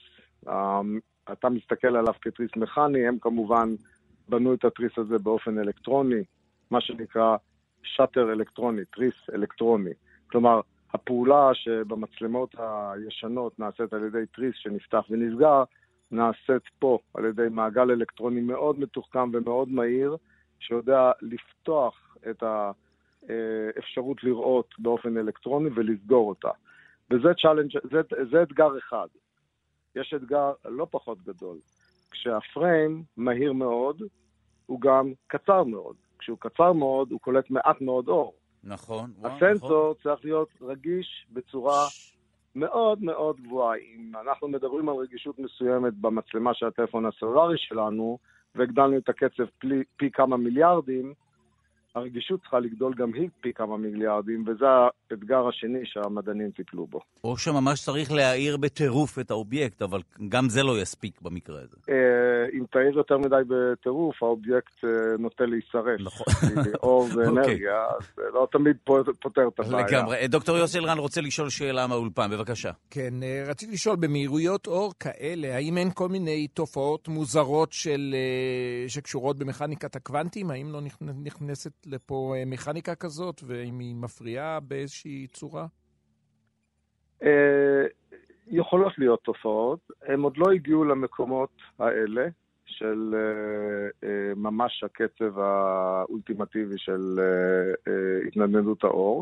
S6: אתה מסתכל עליו כטריס מכני, הם כמובן בנו את הטריס הזה באופן אלקטרוני, מה שנקרא שטר אלקטרוני, טריס אלקטרוני. כלומר, הפעולה שבמצלמות הישנות נעשית על ידי טריס שנפתח ונסגר, נעשית פה על ידי מעגל אלקטרוני מאוד מתוחכם ומאוד מהיר, שיודע לפתוח את האפשרות לראות באופן אלקטרוני ולסגור אותה. וזה צ'אלנג', זה, זה אתגר אחד. יש אתגר לא פחות גדול. כשהפריים מהיר מאוד, הוא גם קצר מאוד. כשהוא קצר מאוד, הוא קולט מעט מאוד אור.
S3: נכון.
S6: הסנסור
S3: נכון.
S6: צריך להיות רגיש בצורה מאוד מאוד גבוהה. אם אנחנו מדברים על רגישות מסוימת במצלמה של הטלפון הסלולרי שלנו, והגדלנו את הקצב פי, פי כמה מיליארדים, הרגישות צריכה לגדול גם היא פי כמה מיליארדים, וזה האתגר השני שהמדענים טיפלו בו.
S3: או שממש צריך להאיר בטירוף את האובייקט, אבל גם זה לא יספיק במקרה הזה.
S6: אם תאיר יותר מדי בטירוף, האובייקט נוטה להישרף.
S3: נכון.
S6: אור ואנרגיה, אז לא תמיד פותר את הבעיה.
S3: לגמרי. דוקטור יוסי אלרן רוצה לשאול שאלה מהאולפן, בבקשה.
S7: כן, רציתי לשאול, במהירויות אור כאלה, האם אין כל מיני תופעות מוזרות של, שקשורות במכניקת הקוונטים? האם לא נכנסת לפה מכניקה כזאת, ואם היא מפריעה באיזושהי צורה?
S6: יכולות להיות תופעות, הם עוד לא הגיעו למקומות האלה של uh, uh, ממש הקצב האולטימטיבי של uh, uh, התנדנדות האור,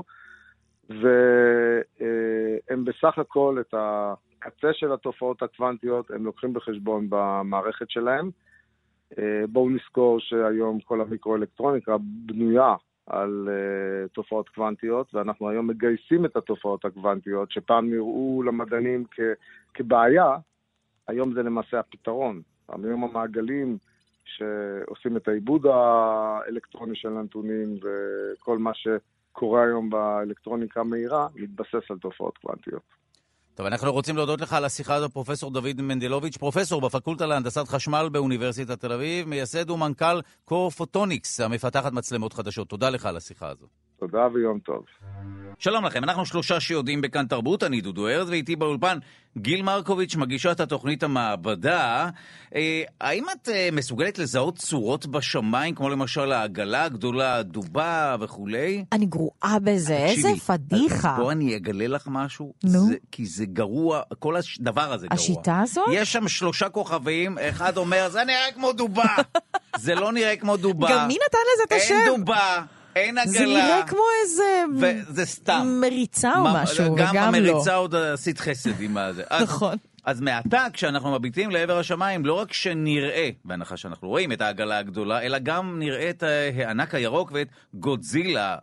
S6: והם uh, בסך הכל את הקצה של התופעות הקוונטיות, הם לוקחים בחשבון במערכת שלהם. Uh, בואו נזכור שהיום כל המיקרואלקטרוניקה בנויה על uh, תופעות קוונטיות, ואנחנו היום מגייסים את התופעות הקוונטיות, שפעם נראו למדענים כ- כבעיה, היום זה למעשה הפתרון. היום המעגלים שעושים את העיבוד האלקטרוני של הנתונים, וכל מה שקורה היום באלקטרוניקה מהירה, מתבסס על תופעות קוונטיות.
S3: טוב, אנחנו רוצים להודות לך על השיחה הזו, פרופסור דוד מנדלוביץ', פרופסור בפקולטה להנדסת חשמל באוניברסיטת תל אביב, מייסד ומנכ"ל קור פוטוניקס, המפתחת מצלמות חדשות. תודה לך על השיחה הזו.
S6: תודה ויום טוב.
S3: שלום לכם, אנחנו שלושה שיודעים בכאן תרבות, אני דודו ארז, ואיתי באולפן גיל מרקוביץ', מגישת התוכנית המעבדה. אה, האם את אה, מסוגלת לזהות צורות בשמיים, כמו למשל העגלה הגדולה, הדובה וכולי?
S4: אני גרועה בזה, איזה פדיחה.
S3: בוא אני אגלה לך משהו,
S4: נו?
S3: זה, כי זה גרוע, כל הדבר הזה גרוע.
S4: השיטה הזאת?
S3: יש שם שלושה כוכבים, אחד אומר, זה נראה כמו דובה. זה לא נראה כמו דובה.
S4: גם מי נתן לזה את השם?
S3: אין דובה. אין עגלה.
S4: זה נראה כמו איזה...
S3: וזה סתם.
S4: מריצה או משהו, וגם לא.
S3: גם המריצה עוד עשית חסד עם הזה.
S4: נכון.
S3: אז מעתה, כשאנחנו מביטים לעבר השמיים, לא רק שנראה, בהנחה שאנחנו רואים את העגלה הגדולה, אלא גם נראה את הענק הירוק ואת גודזילה.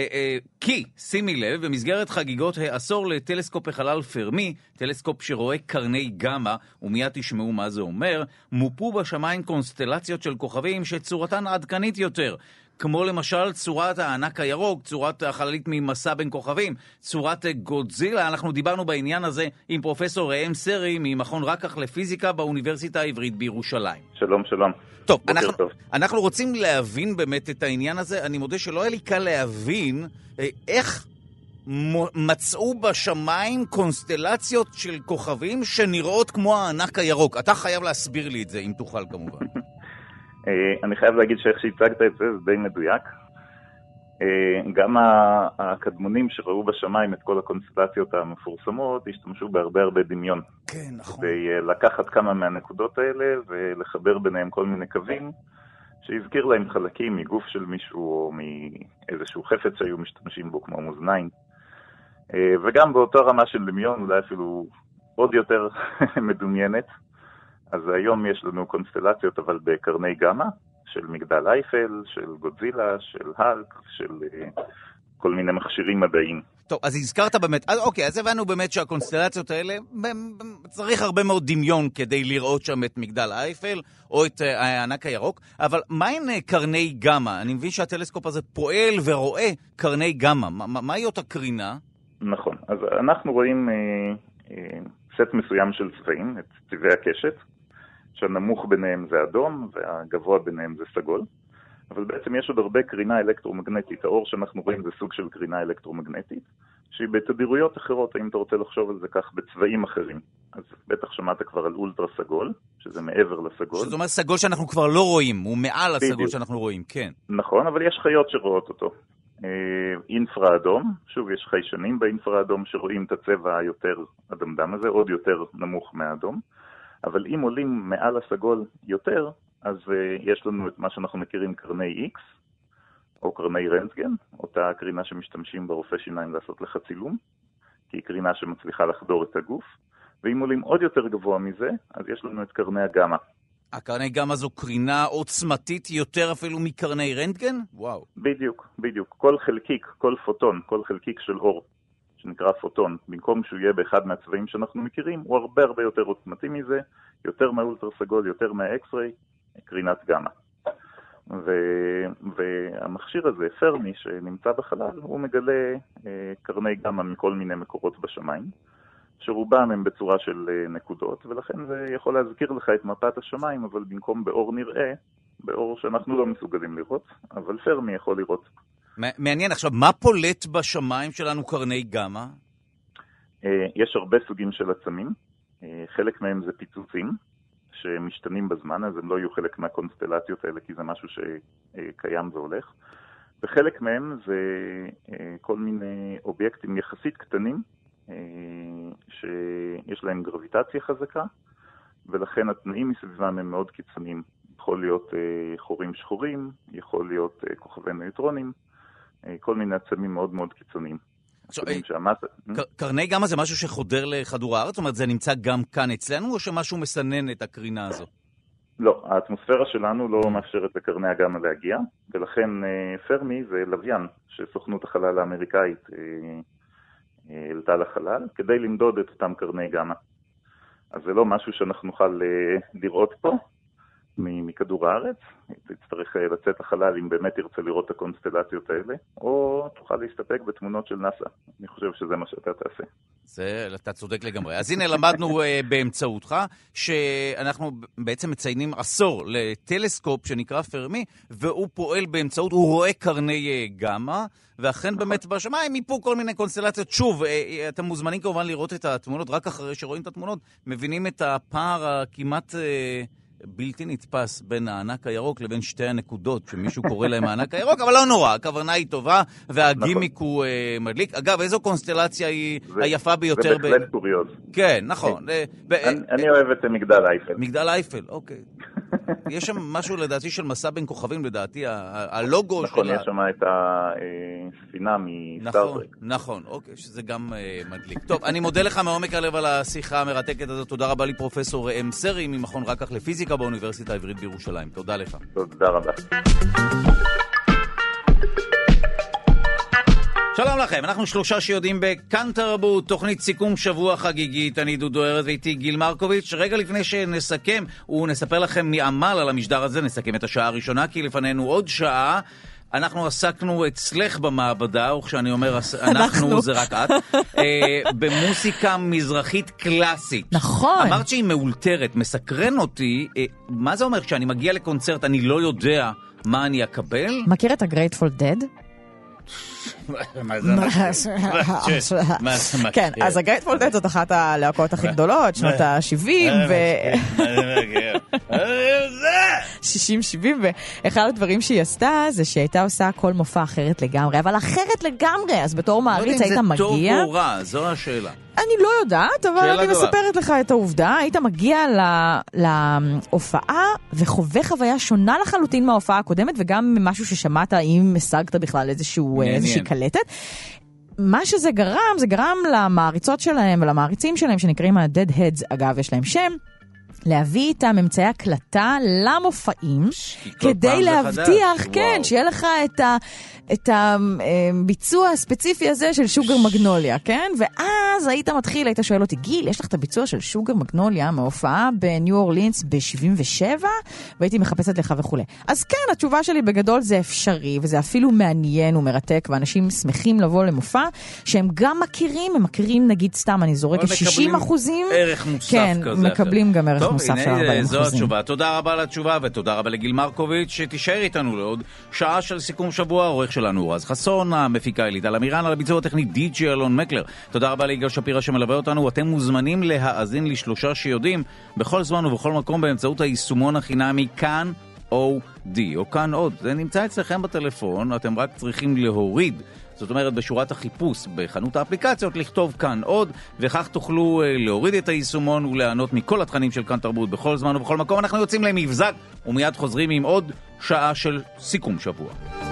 S3: כי, שימי לב, במסגרת חגיגות העשור לטלסקופ החלל פרמי, טלסקופ שרואה קרני גמא, ומיד תשמעו מה זה אומר, מופו בשמיים קונסטלציות של כוכבים שצורתן עדכנית יותר. כמו למשל צורת הענק הירוק, צורת החללית ממסע בין כוכבים, צורת גודזילה. אנחנו דיברנו בעניין הזה עם פרופסור ראם סרי ממכון רקח לפיזיקה באוניברסיטה העברית בירושלים.
S8: שלום, שלום.
S3: טוב, אנחנו, טוב. אנחנו רוצים להבין באמת את העניין הזה. אני מודה שלא היה לי קל להבין איך מצאו בשמיים קונסטלציות של כוכבים שנראות כמו הענק הירוק. אתה חייב להסביר לי את זה, אם תוכל כמובן.
S8: אני חייב להגיד שאיך שהצגת את זה, זה די מדויק. גם הקדמונים שראו בשמיים את כל הקונסטלציות המפורסמות, השתמשו בהרבה הרבה דמיון.
S3: כן, נכון.
S8: כדי לקחת כמה מהנקודות האלה ולחבר ביניהם כל מיני קווים, שהזכיר להם חלקים מגוף של מישהו או מאיזשהו חפץ שהיו משתמשים בו כמו מאזניים. וגם באותה רמה של דמיון, אולי אפילו עוד יותר מדומיינת. אז היום יש לנו קונסטלציות, אבל בקרני גמא, של מגדל אייפל, של גודזילה, של הלק, של uh, כל מיני מכשירים מדעיים.
S3: טוב, אז הזכרת באמת, אז אוקיי, אז הבנו באמת שהקונסטלציות האלה, צריך הרבה מאוד דמיון כדי לראות שם את מגדל אייפל, או את uh, הענק הירוק, אבל מה עם uh, קרני גמא? אני מבין שהטלסקופ הזה פועל ורואה קרני גמא. מה, מהי אותה קרינה?
S8: נכון, אז אנחנו רואים uh, uh, סט מסוים של צבעים, את צבעי הקשת, שהנמוך ביניהם זה אדום, והגבוה ביניהם זה סגול. אבל בעצם יש עוד הרבה קרינה אלקטרומגנטית. האור שאנחנו רואים זה סוג של קרינה אלקטרומגנטית, שהיא בתדירויות אחרות, אם אתה רוצה לחשוב על זה כך, בצבעים אחרים. אז בטח שמעת כבר על אולטרה סגול, שזה מעבר לסגול.
S3: זאת אומרת סגול שאנחנו כבר לא רואים, הוא מעל הסגול שאנחנו רואים, כן.
S8: נכון, אבל יש חיות שרואות אותו. אינפרה אדום, שוב יש חיישנים באינפרה אדום שרואים את הצבע היותר אדמדם הזה, עוד יותר נמוך מהאדום. אבל אם עולים מעל הסגול יותר, אז uh, יש לנו את מה שאנחנו מכירים קרני X, או קרני רנטגן, אותה קרינה שמשתמשים ברופא שיניים לעשות לך צילום, כי היא קרינה שמצליחה לחדור את הגוף, ואם עולים עוד יותר גבוה מזה, אז יש לנו את קרני הגמא.
S3: הקרני גמא זו קרינה עוצמתית יותר אפילו מקרני רנטגן? וואו.
S8: בדיוק, בדיוק. כל חלקיק, כל פוטון, כל חלקיק של אור, שנקרא פוטון, במקום שהוא יהיה באחד מהצבעים שאנחנו מכירים, הוא הרבה הרבה יותר עוצמתי מזה, יותר מהאולטרה סגול, יותר מהאקס-ריי, קרינת גמא. ו- והמכשיר הזה, פרמי, שנמצא בחלל, הוא מגלה אה, קרני גמא מכל מיני מקורות בשמיים, שרובם הם בצורה של אה, נקודות, ולכן זה יכול להזכיר לך את מפת השמיים, אבל במקום באור נראה, באור שאנחנו לא מסוגלים לראות, אבל פרמי יכול לראות.
S3: מעניין, עכשיו, מה פולט בשמיים שלנו קרני גמא?
S8: יש הרבה סוגים של עצמים. חלק מהם זה פיצוצים שמשתנים בזמן, אז הם לא יהיו חלק מהקונסטלציות האלה, כי זה משהו שקיים והולך. וחלק מהם זה כל מיני אובייקטים יחסית קטנים, שיש להם גרביטציה חזקה, ולכן התנאים מסביבם הם מאוד קיצוניים. יכול להיות חורים שחורים, יכול להיות כוכבי נייטרונים, כל מיני עצמים מאוד מאוד קיצוניים.
S3: קרני גמא זה משהו שחודר לכדור הארץ? זאת אומרת, זה נמצא גם כאן אצלנו, או שמשהו מסנן את הקרינה הזו? לא,
S8: האטמוספירה שלנו לא מאפשרת לקרני הגמא להגיע, ולכן פרמי זה לוויין שסוכנות החלל האמריקאית העלתה לחלל, כדי למדוד את אותם קרני גמא. אז זה לא משהו שאנחנו נוכל לראות פה מכדור הארץ, תצטרך לצאת לחלל אם באמת תרצה לראות את הקונסטלציות האלה, או תוכל להסתפק בתמונות של נאסא. אני חושב שזה מה שאתה תעשה.
S3: זה, אתה צודק לגמרי. אז הנה למדנו באמצעותך, שאנחנו בעצם מציינים עשור לטלסקופ שנקרא פרמי, והוא פועל באמצעות, הוא רואה קרני גמא, ואכן באמת בשמיים מיפו כל מיני קונסטלציות. שוב, אתם מוזמנים כמובן לראות את התמונות, רק אחרי שרואים את התמונות, מבינים את הפער הכמעט בלתי נתפס בין הענק הירוק לבין שתי הנקודות שמישהו קורא להם הענק הירוק, אבל לא נורא, הכוונה היא טובה והגימיק נכון. הוא uh, מדליק. אגב, איזו קונסטלציה היא זה, היפה ביותר?
S8: זה בהחלט קוריוז.
S3: כן, נכון.
S8: אני, אני אוהב את מגדל אייפל.
S3: מגדל אייפל, אוקיי. יש שם משהו לדעתי של מסע בין כוכבים, לדעתי, הלוגו
S8: נכון,
S3: של...
S8: נכון, יש שם את הספינה מסטארטרק.
S3: נכון, נכון, אוקיי, שזה גם uh, מדליק. טוב, אני מודה לך מעומק הלב על השיחה המרתקת הזאת. תודה רבה לי פרופסור ראם סרי ממכון רקח לפיזיקה באוניברסיטה העברית בירושלים. תודה לך.
S8: תודה רבה.
S3: שלום לכם, אנחנו שלושה שיודעים בכאן תרבות, תוכנית סיכום שבוע חגיגית. אני דודו ארז ואיתי גיל מרקוביץ'. רגע לפני שנסכם ונספר לכם מעמל על המשדר הזה, נסכם את השעה הראשונה, כי לפנינו עוד שעה. אנחנו עסקנו אצלך במעבדה, וכשאני אומר אנחנו זה רק את, במוסיקה מזרחית קלאסית.
S4: נכון.
S3: אמרת שהיא מאולתרת, מסקרן אותי, מה זה אומר? כשאני מגיע לקונצרט אני לא יודע מה אני אקבל?
S4: מכיר את הגרייטפול דד?
S3: מה זה
S4: מכיר? כן, אז הגרייטפול דד זאת אחת הלהקות הכי גדולות, שנות ה-שבעים ו... שישים שבעים, ואחד הדברים שהיא עשתה זה שהייתה עושה כל מופע אחרת לגמרי, אבל אחרת לגמרי, אז בתור מעריץ היית מגיע...
S3: זה טוב או רע, זו השאלה.
S4: אני לא יודעת, אבל אני מספרת לך את העובדה. היית מגיע להופעה וחווה חוויה שונה לחלוטין מההופעה הקודמת, וגם משהו ששמעת אם השגת בכלל איזושהי קלטת. מה שזה גרם, זה גרם למעריצות שלהם ולמעריצים שלהם, שנקראים ה-Dead Heads, אגב, יש להם שם, להביא איתם אמצעי הקלטה למופעים, כדי להבטיח, כן, שיהיה לך את ה... את הביצוע הספציפי הזה של שוגר מגנוליה, כן? ואז היית מתחיל, היית שואל אותי, גיל, יש לך את הביצוע של שוגר מגנוליה מהופעה בניו אורלינס ב-שבעים ושבע? והייתי מחפשת לך וכו'. אז כן, התשובה שלי בגדול זה אפשרי, וזה אפילו מעניין ומרתק, ואנשים שמחים לבוא למופע, שהם גם מכירים, הם מכירים נגיד סתם, אני זורקת שישים אחוזים.
S3: ערך מוסף
S4: כן,
S3: כזה.
S4: כן, מקבלים גם ערך
S3: טוב,
S4: מוסף
S3: הנה,
S4: של ארבעים אחוזים.
S3: זו התשובה. תודה רבה לתשובה, ותודה רבה לגיל מרקוביץ' שתישאר איתנו לעוד שעה של סיכום שבוע. העורך שלנו רז חסון, המפיקה ליטל אמירן, על הביצוע הטכני די-ג'יי אלון מקלר. תודה רבה ליגאל שפירא שמלווה אותנו. אתם מוזמנים להאזין לשלושה שיודעים בכל זמן ובכל מקום באמצעות היישומון החינמי כאן או די, או כאן עוד. זה נמצא אצלכם בטלפון, אתם רק צריכים להוריד, זאת אומרת בשורת החיפוש בחנות האפליקציות, לכתוב כאן עוד, וכך תוכלו להוריד את היישומון ולענות מכל התכנים של כאן תרבות בכל זמן ובכל מקום. אנחנו יוצאים למבזק ומיד חוזרים עם עוד שעה של סיכום שבוע.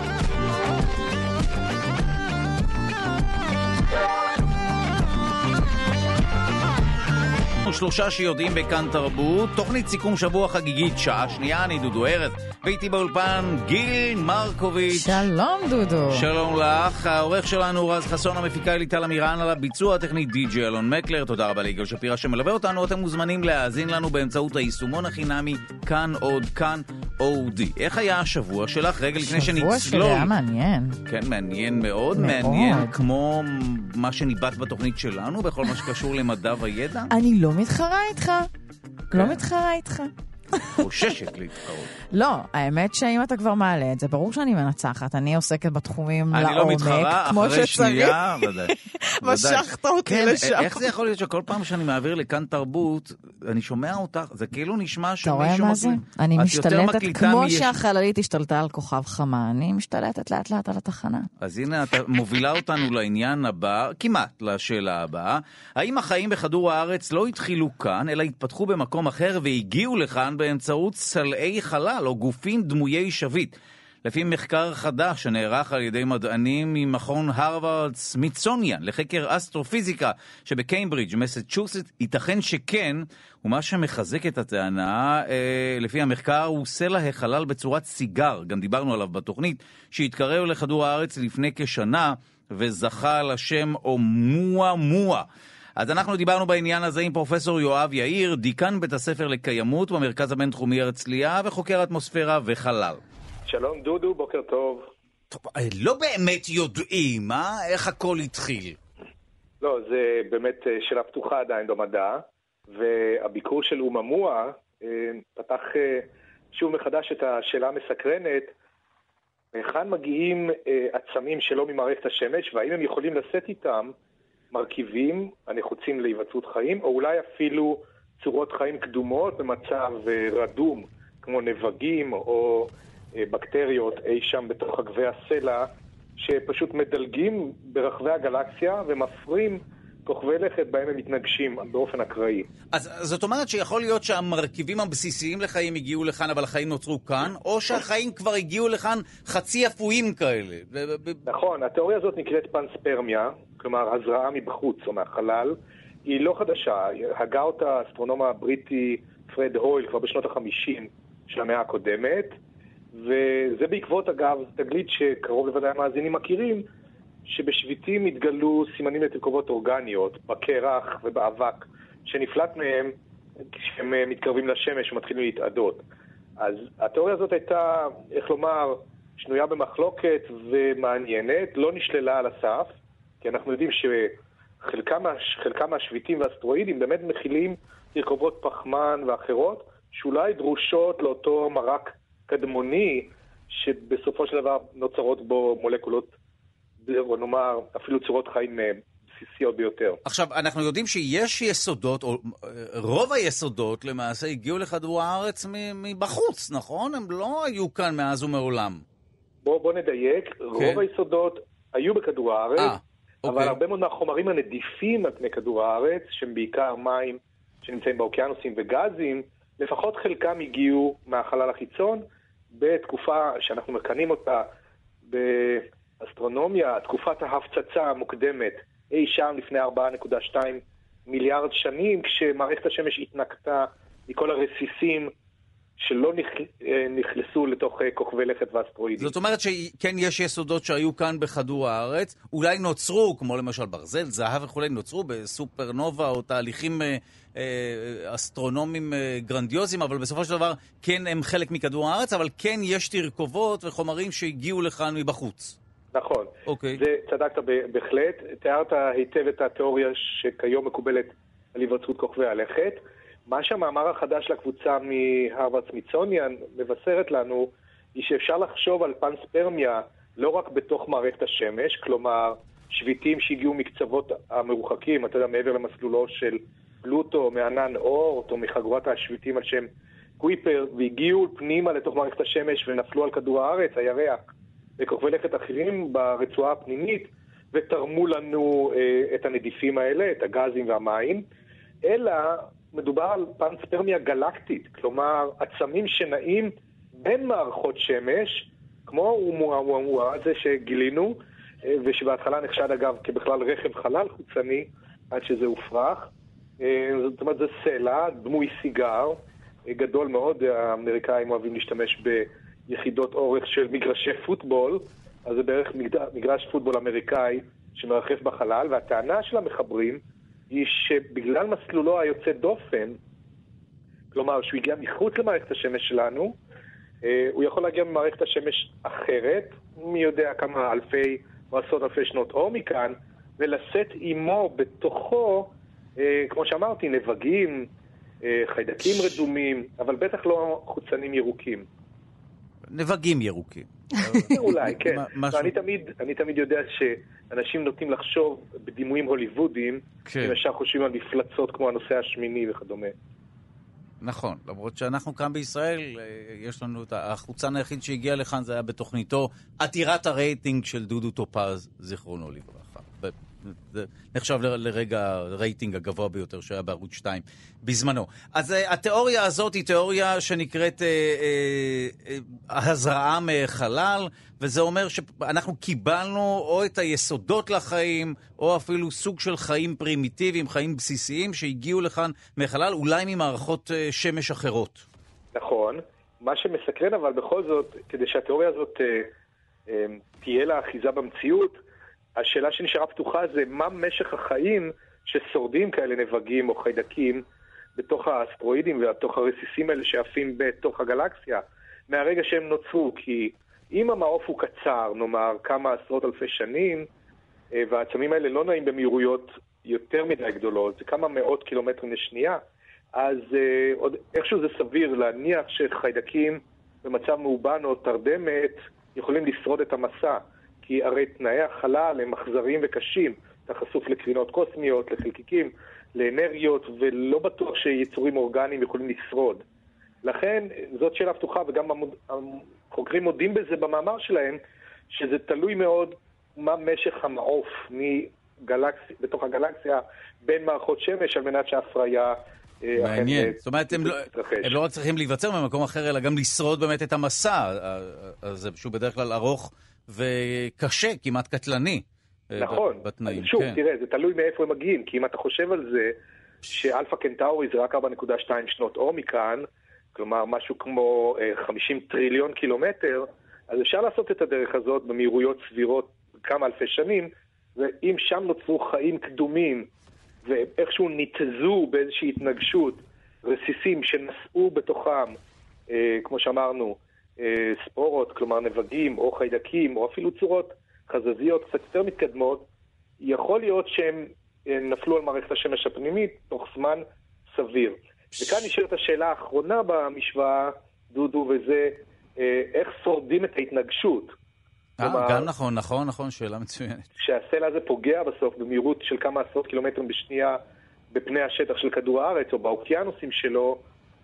S3: שלושה שיודעים בכאן תרבות, תוכנית סיכום שבוע חגיגית, שעה שנייה. אני דודו ארז, ואיתי באולפן גיל מרקוביץ'.
S4: שלום דודו.
S3: שלום לך. העורך שלנו רז חסון, המפיקה ליטל אמירן, על הביצוע הטכני די-ג'יי אלון מקלר. תודה רבה ליגאל שפירא שמלווה אותנו. אתם מוזמנים להאזין לנו באמצעות היישומון החינמי כאן עוד, כאן אודי. איך היה השבוע שלך? רגע לפני שנצלול.
S4: שבוע שלי היה מעניין.
S3: כן, מעניין מאוד, מאוד. מעניין כמו מה שניבט בתוכנית שלנו בכל מה שקשור למדע וידע.
S4: אני לא מתחרה איתך. לא מתחרה איתך.
S3: חוששת להתחרות.
S4: לא, האמת שאם אתה כבר מעלה את זה, ברור שאני מנצחת. אני עוסקת בתחומים לעומק,
S3: אני לא מתחרה, אחרי שנייה, ודאי.
S4: משכת אותי לשם.
S3: איך זה יכול להיות שכל פעם שאני מעביר לכאן תרבות, אני שומע אותך, זה כאילו נשמע שמישהו...
S4: אתה רואה מה זה? אני משתלטת, כמו שהחללית השתלטה על כוכב חמה, אני משתלטת לאט לאט על התחנה.
S3: אז הנה, אתה מובילה אותנו לעניין הבא, כמעט לשאלה הבאה. האם החיים בכדור הארץ לא התחילו כאן, אלא התפתחו במקום אחר והגיעו לכאן באמצעות סלעי חלל או גופים דמויי שביט? לפי מחקר חדש שנערך על ידי מדענים ממכון הרווארד סמיתסוניאן לחקר אסטרופיזיקה שבקיימברידג' מסצ'וסטס, ייתכן שכן, ומה שמחזק את הטענה אה, לפי המחקר הוא סלע החלל בצורת סיגר, גם דיברנו עליו בתוכנית, שהתקרב לכדור הארץ לפני כשנה וזכה לשם אומואמואה. אז אנחנו דיברנו בעניין הזה עם פרופסור יואב יאיר, דיקן בית הספר לקיימות במרכז הבינתחומי הרצליה וחוקר אטמוספירה וחלל.
S9: שלום דודו, בוקר טוב.
S3: טוב, לא באמת יודעים, אה? איך הכל התחיל?
S9: לא, זה באמת שאלה פתוחה עדיין במדע, והביקור של אומואמואה פתח שוב מחדש את השאלה המסקרנת, היכן מגיעים עצמים שלא ממערכת השמש, והאם הם יכולים לשאת איתם מרכיבים הנחוצים להיווצרות חיים, או אולי אפילו צורות חיים קדומות במצב רדום, כמו נבגים או בקטריות אי שם בתוך אגבי הסלע, שפשוט מדלגים ברחבי הגלקסיה ומפרים כוכבי לכת בהם הם מתנגשים באופן אקראי.
S3: אז זאת אומרת שיכול להיות שהמרכיבים הבסיסיים לחיים הגיעו לכאן, אבל החיים נוצרו כאן, או שהחיים כבר הגיעו לכאן חצי אפויים כאלה.
S9: נכון, התיאוריה הזאת נקראת פנספרמיה, כלומר הזרעה מבחוץ או מהחלל. היא לא חדשה, הגה אותה האסטרונום הבריטי פרד הויל כבר בשנות החמישים של המאה הקודמת, וזה בעקבות אגב תגלית שקרוב לוודאי המאזינים מכירים, שבשביטים התגלו סימנים לתרכובות אורגניות בקרח ובאבק שנפלט מהם כשהם מתקרבים לשמש ומתחילים להתעדות. אז התיאוריה הזאת הייתה, איך לומר, שנויה במחלוקת ומעניינת, לא נשללה על הסף, כי אנחנו יודעים שחלקם מהשביטים והאסטרואידים באמת מכילים תרכובות פחמן ואחרות, שאולי דרושות לאותו מרק קדמוני שבסופו של דבר נוצרות בו מולקולות, או נאמר, אפילו צורות חיים בסיסיות ביותר.
S3: עכשיו, אנחנו יודעים שיש יסודות, או רוב היסודות למעשה הגיעו לכדור הארץ מבחוץ, נכון? הם לא היו כאן מאז ומעולם.
S9: בוא, בוא נדייק, כן. רוב היסודות היו בכדור הארץ, 아, אבל אוקיי. הרבה מאוד מהחומרים הנדיפים על פני כדור הארץ, שהם בעיקר מים שנמצאים באוקיינוסים וגזים, לפחות חלקם הגיעו מהחלל החיצון, בתקופה שאנחנו מכנים אותה באסטרונומיה, תקופת ההפצצה המוקדמת, אי שם לפני ארבע נקודה שתיים מיליארד שנים, כשמערכת השמש התנקתה מכל הרסיסים שלא נכנסו לתוך כוכבי לכת ואסטרואידים.
S3: זאת אומרת שכן יש יסודות שהיו כאן בכדור הארץ, אולי נוצרו, כמו למשל ברזל, זהב וכולי, נוצרו בסופרנובה או תהליכים אסטרונומיים גרנדיוזיים, אבל בסופו של דבר כן הם חלק מכדור הארץ, אבל כן יש תרכובות וחומרים שהגיעו לכאן מבחוץ.
S9: נכון.
S3: אוקיי.
S9: זה צדקת בהחלט. תיארת היטב את התיאוריה שכיום מקובלת על היווצרות כוכבי הלכת. מה שהמאמר החדש לקבוצה מהרווארד סמיתסוניאן מבשרת לנו, היא שאפשר לחשוב על פנספרמיה לא רק בתוך מערכת השמש, כלומר שביטים שהגיעו מקצוות המרוחקים, אתה יודע, מעבר למסלולו של פלוטו, מענן אורט, או מחגורת השביטים על שם קוויפר, והגיעו פנימה לתוך מערכת השמש ונפלו על כדור הארץ, הירח, וכוכבי לכת אחרים ברצועה הפנימית, ותרמו לנו אה, את הנדיפים האלה, את הגזים והמים, אלא מדובר על פנספרמיה גלקטית, כלומר עצמים שנעים בין מערכות שמש, כמו אומואמואה, זה שגילינו, ושבהתחלה נחשד אגב כבכלל רכב חלל חוצני, עד שזה הופרח. זאת אומרת, זה סלע, דמוי סיגר, גדול מאוד, האמריקאים אוהבים להשתמש ביחידות אורך של מגרשי פוטבול, אז זה בערך מגרש פוטבול אמריקאי שמרחף בחלל, והטענה של המחברים היא שבגלל מסלולו היוצא דופן, כלומר שהוא הגיע מחוץ למערכת השמש שלנו, הוא יכול להגיע ממערכת השמש אחרת, מי יודע כמה אלפי או עשרות אלפי שנות אור מכאן, ולשאת עמו בתוכו, כמו שאמרתי, נבגים, חיידקים רדומים, אבל בטח לא חוצנים ירוקים.
S3: נבגים ירוקים.
S9: אולי, כן. אני תמיד, אני תמיד יודע שאנשים נוטים לחשוב בדימויים הוליוודיים, אם ישר חושבים על מפלצות כמו הנושא השמיני וכדומה.
S3: נכון, למרות שאנחנו כאן בישראל, יש לנו את החוצן היחיד שהגיע לכאן, זה היה בתוכניתו עתירת הרייטינג של דודו טופז, זיכרונו לברכה. זה נחשב לרגע הרייטינג הגבוה ביותר שהיה בערוץ שתיים בזמנו. אז התיאוריה הזאת היא תיאוריה שנקראת אה, אה, אה, הזרעה מחלל, וזה אומר שאנחנו קיבלנו או את היסודות לחיים, או אפילו סוג של חיים פרימיטיביים, חיים בסיסיים שהגיעו לכאן מחלל, אולי ממערכות אה, שמש אחרות.
S9: נכון. מה שמסקרן אבל בכל זאת, כדי שהתיאוריה הזאת אה, אה, תהיה לה אחיזה במציאות, השאלה שנשארה פתוחה זה מה משך החיים ששורדים כאלה נבגים או חיידקים בתוך האסטרואידים ובתוך הרסיסים האלה שעפים בתוך הגלקסיה מהרגע שהם נוצרו. כי אם המעוף הוא קצר, נאמר כמה עשרות אלפי שנים, והעצמים האלה לא נעים במהירויות יותר מדי גדולות, זה כמה מאות קילומטרים לשנייה, אז עוד איכשהו זה סביר להניח שחיידקים במצב מאובן או תרדמת יכולים לשרוד את המסע. כי הרי תנאי החלל הם אכזריים וקשים, אתה חשוף לקרינות קוסמיות, לחלקיקים, לאנרגיות, ולא בטוח שיצורים אורגניים יכולים לשרוד. לכן, זאת שאלה פתוחה, וגם החוקרים מודים בזה במאמר שלהם, שזה תלוי מאוד מה משך המעוף מגלקסיה, בתוך הגלקסיה בין מערכות שמש, על מנת שההפריה...
S3: מעניין. זאת אומרת, הם לא, הם לא רק צריכים להיווצר במקום אחר, אלא גם לשרוד באמת את המסע. אז זה פשוט בדרך כלל ארוך וקשה, כמעט קטלני.
S9: נכון.
S3: בתנאים.
S9: שוב,
S3: כן.
S9: תראה, זה תלוי מאיפה הם מגיעים, כי אם אתה חושב על זה, שאלפא קנטאורי זה רק ארבע נקודה שתיים שנות אור מכאן, כלומר משהו כמו חמישים טריליון קילומטר, אז אפשר לעשות את הדרך הזאת במהירויות סבירות כמה אלפי שנים, ואם שם נוצרו חיים קדומים, ואיכשהו ניתזו באיזושהי התנגשות, רסיסים שנשאו בתוכם, אה, כמו שאמרנו, אה, ספורות, כלומר נבגים או חיידקים, או אפילו צורות חזזיות קצת יותר מתקדמות, יכול להיות שהם אה, נפלו על מערכת השמש הפנימית תוך זמן סביר. וכאן נשארת השאלה האחרונה במשוואה, דודו, וזה אה, איך שורדים את ההתנגשות.
S3: אה, גם נכון, נכון, נכון, שאלה מצוינת.
S9: כשהסלע הזה פוגע בסוף במהירות של כמה עשרות קילומטרים בשנייה בפני השטח של כדור הארץ או באוקיינוסים שלו,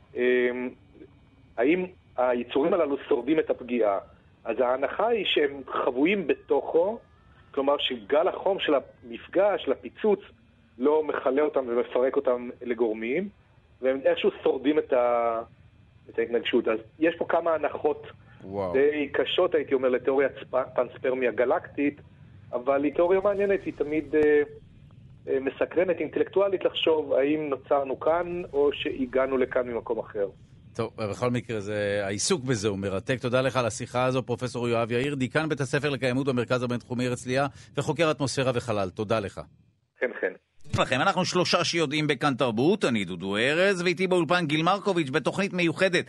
S9: האם היצורים הללו שורדים את הפגיעה? אז ההנחה היא שהם חבויים בתוכו, כלומר שגל החום של המפגש, של הפיצוץ, לא מחלה אותם ומפרק אותם לגורמים, והם איכשהו שורדים את, ה... את ההתנגשות. אז יש פה כמה הנחות וואו. די קשות, הייתי אומר, לתיאוריית פנספרמיה גלקטית, אבל היא תיאוריה מעניינת, היא תמיד אה, אה, מסקרנת אינטלקטואלית לחשוב האם נוצרנו כאן או שהגענו לכאן ממקום אחר.
S3: טוב, בכל מקרה, זה, העיסוק בזה הוא מרתק. תודה לך על השיחה הזו, פרופסור יואב יאיר, דיקן בית הספר לקיימות במרכז הבינתחומי הרצליה וחוקר אטמוספירה וחלל. תודה לך.
S9: כן, כן.
S3: לכם, אנחנו שלושה שיודעים בכאן תרבות, אני דודו ארז, ואיתי באולפן גיל מרקוביץ' בתוכנית מיוחדת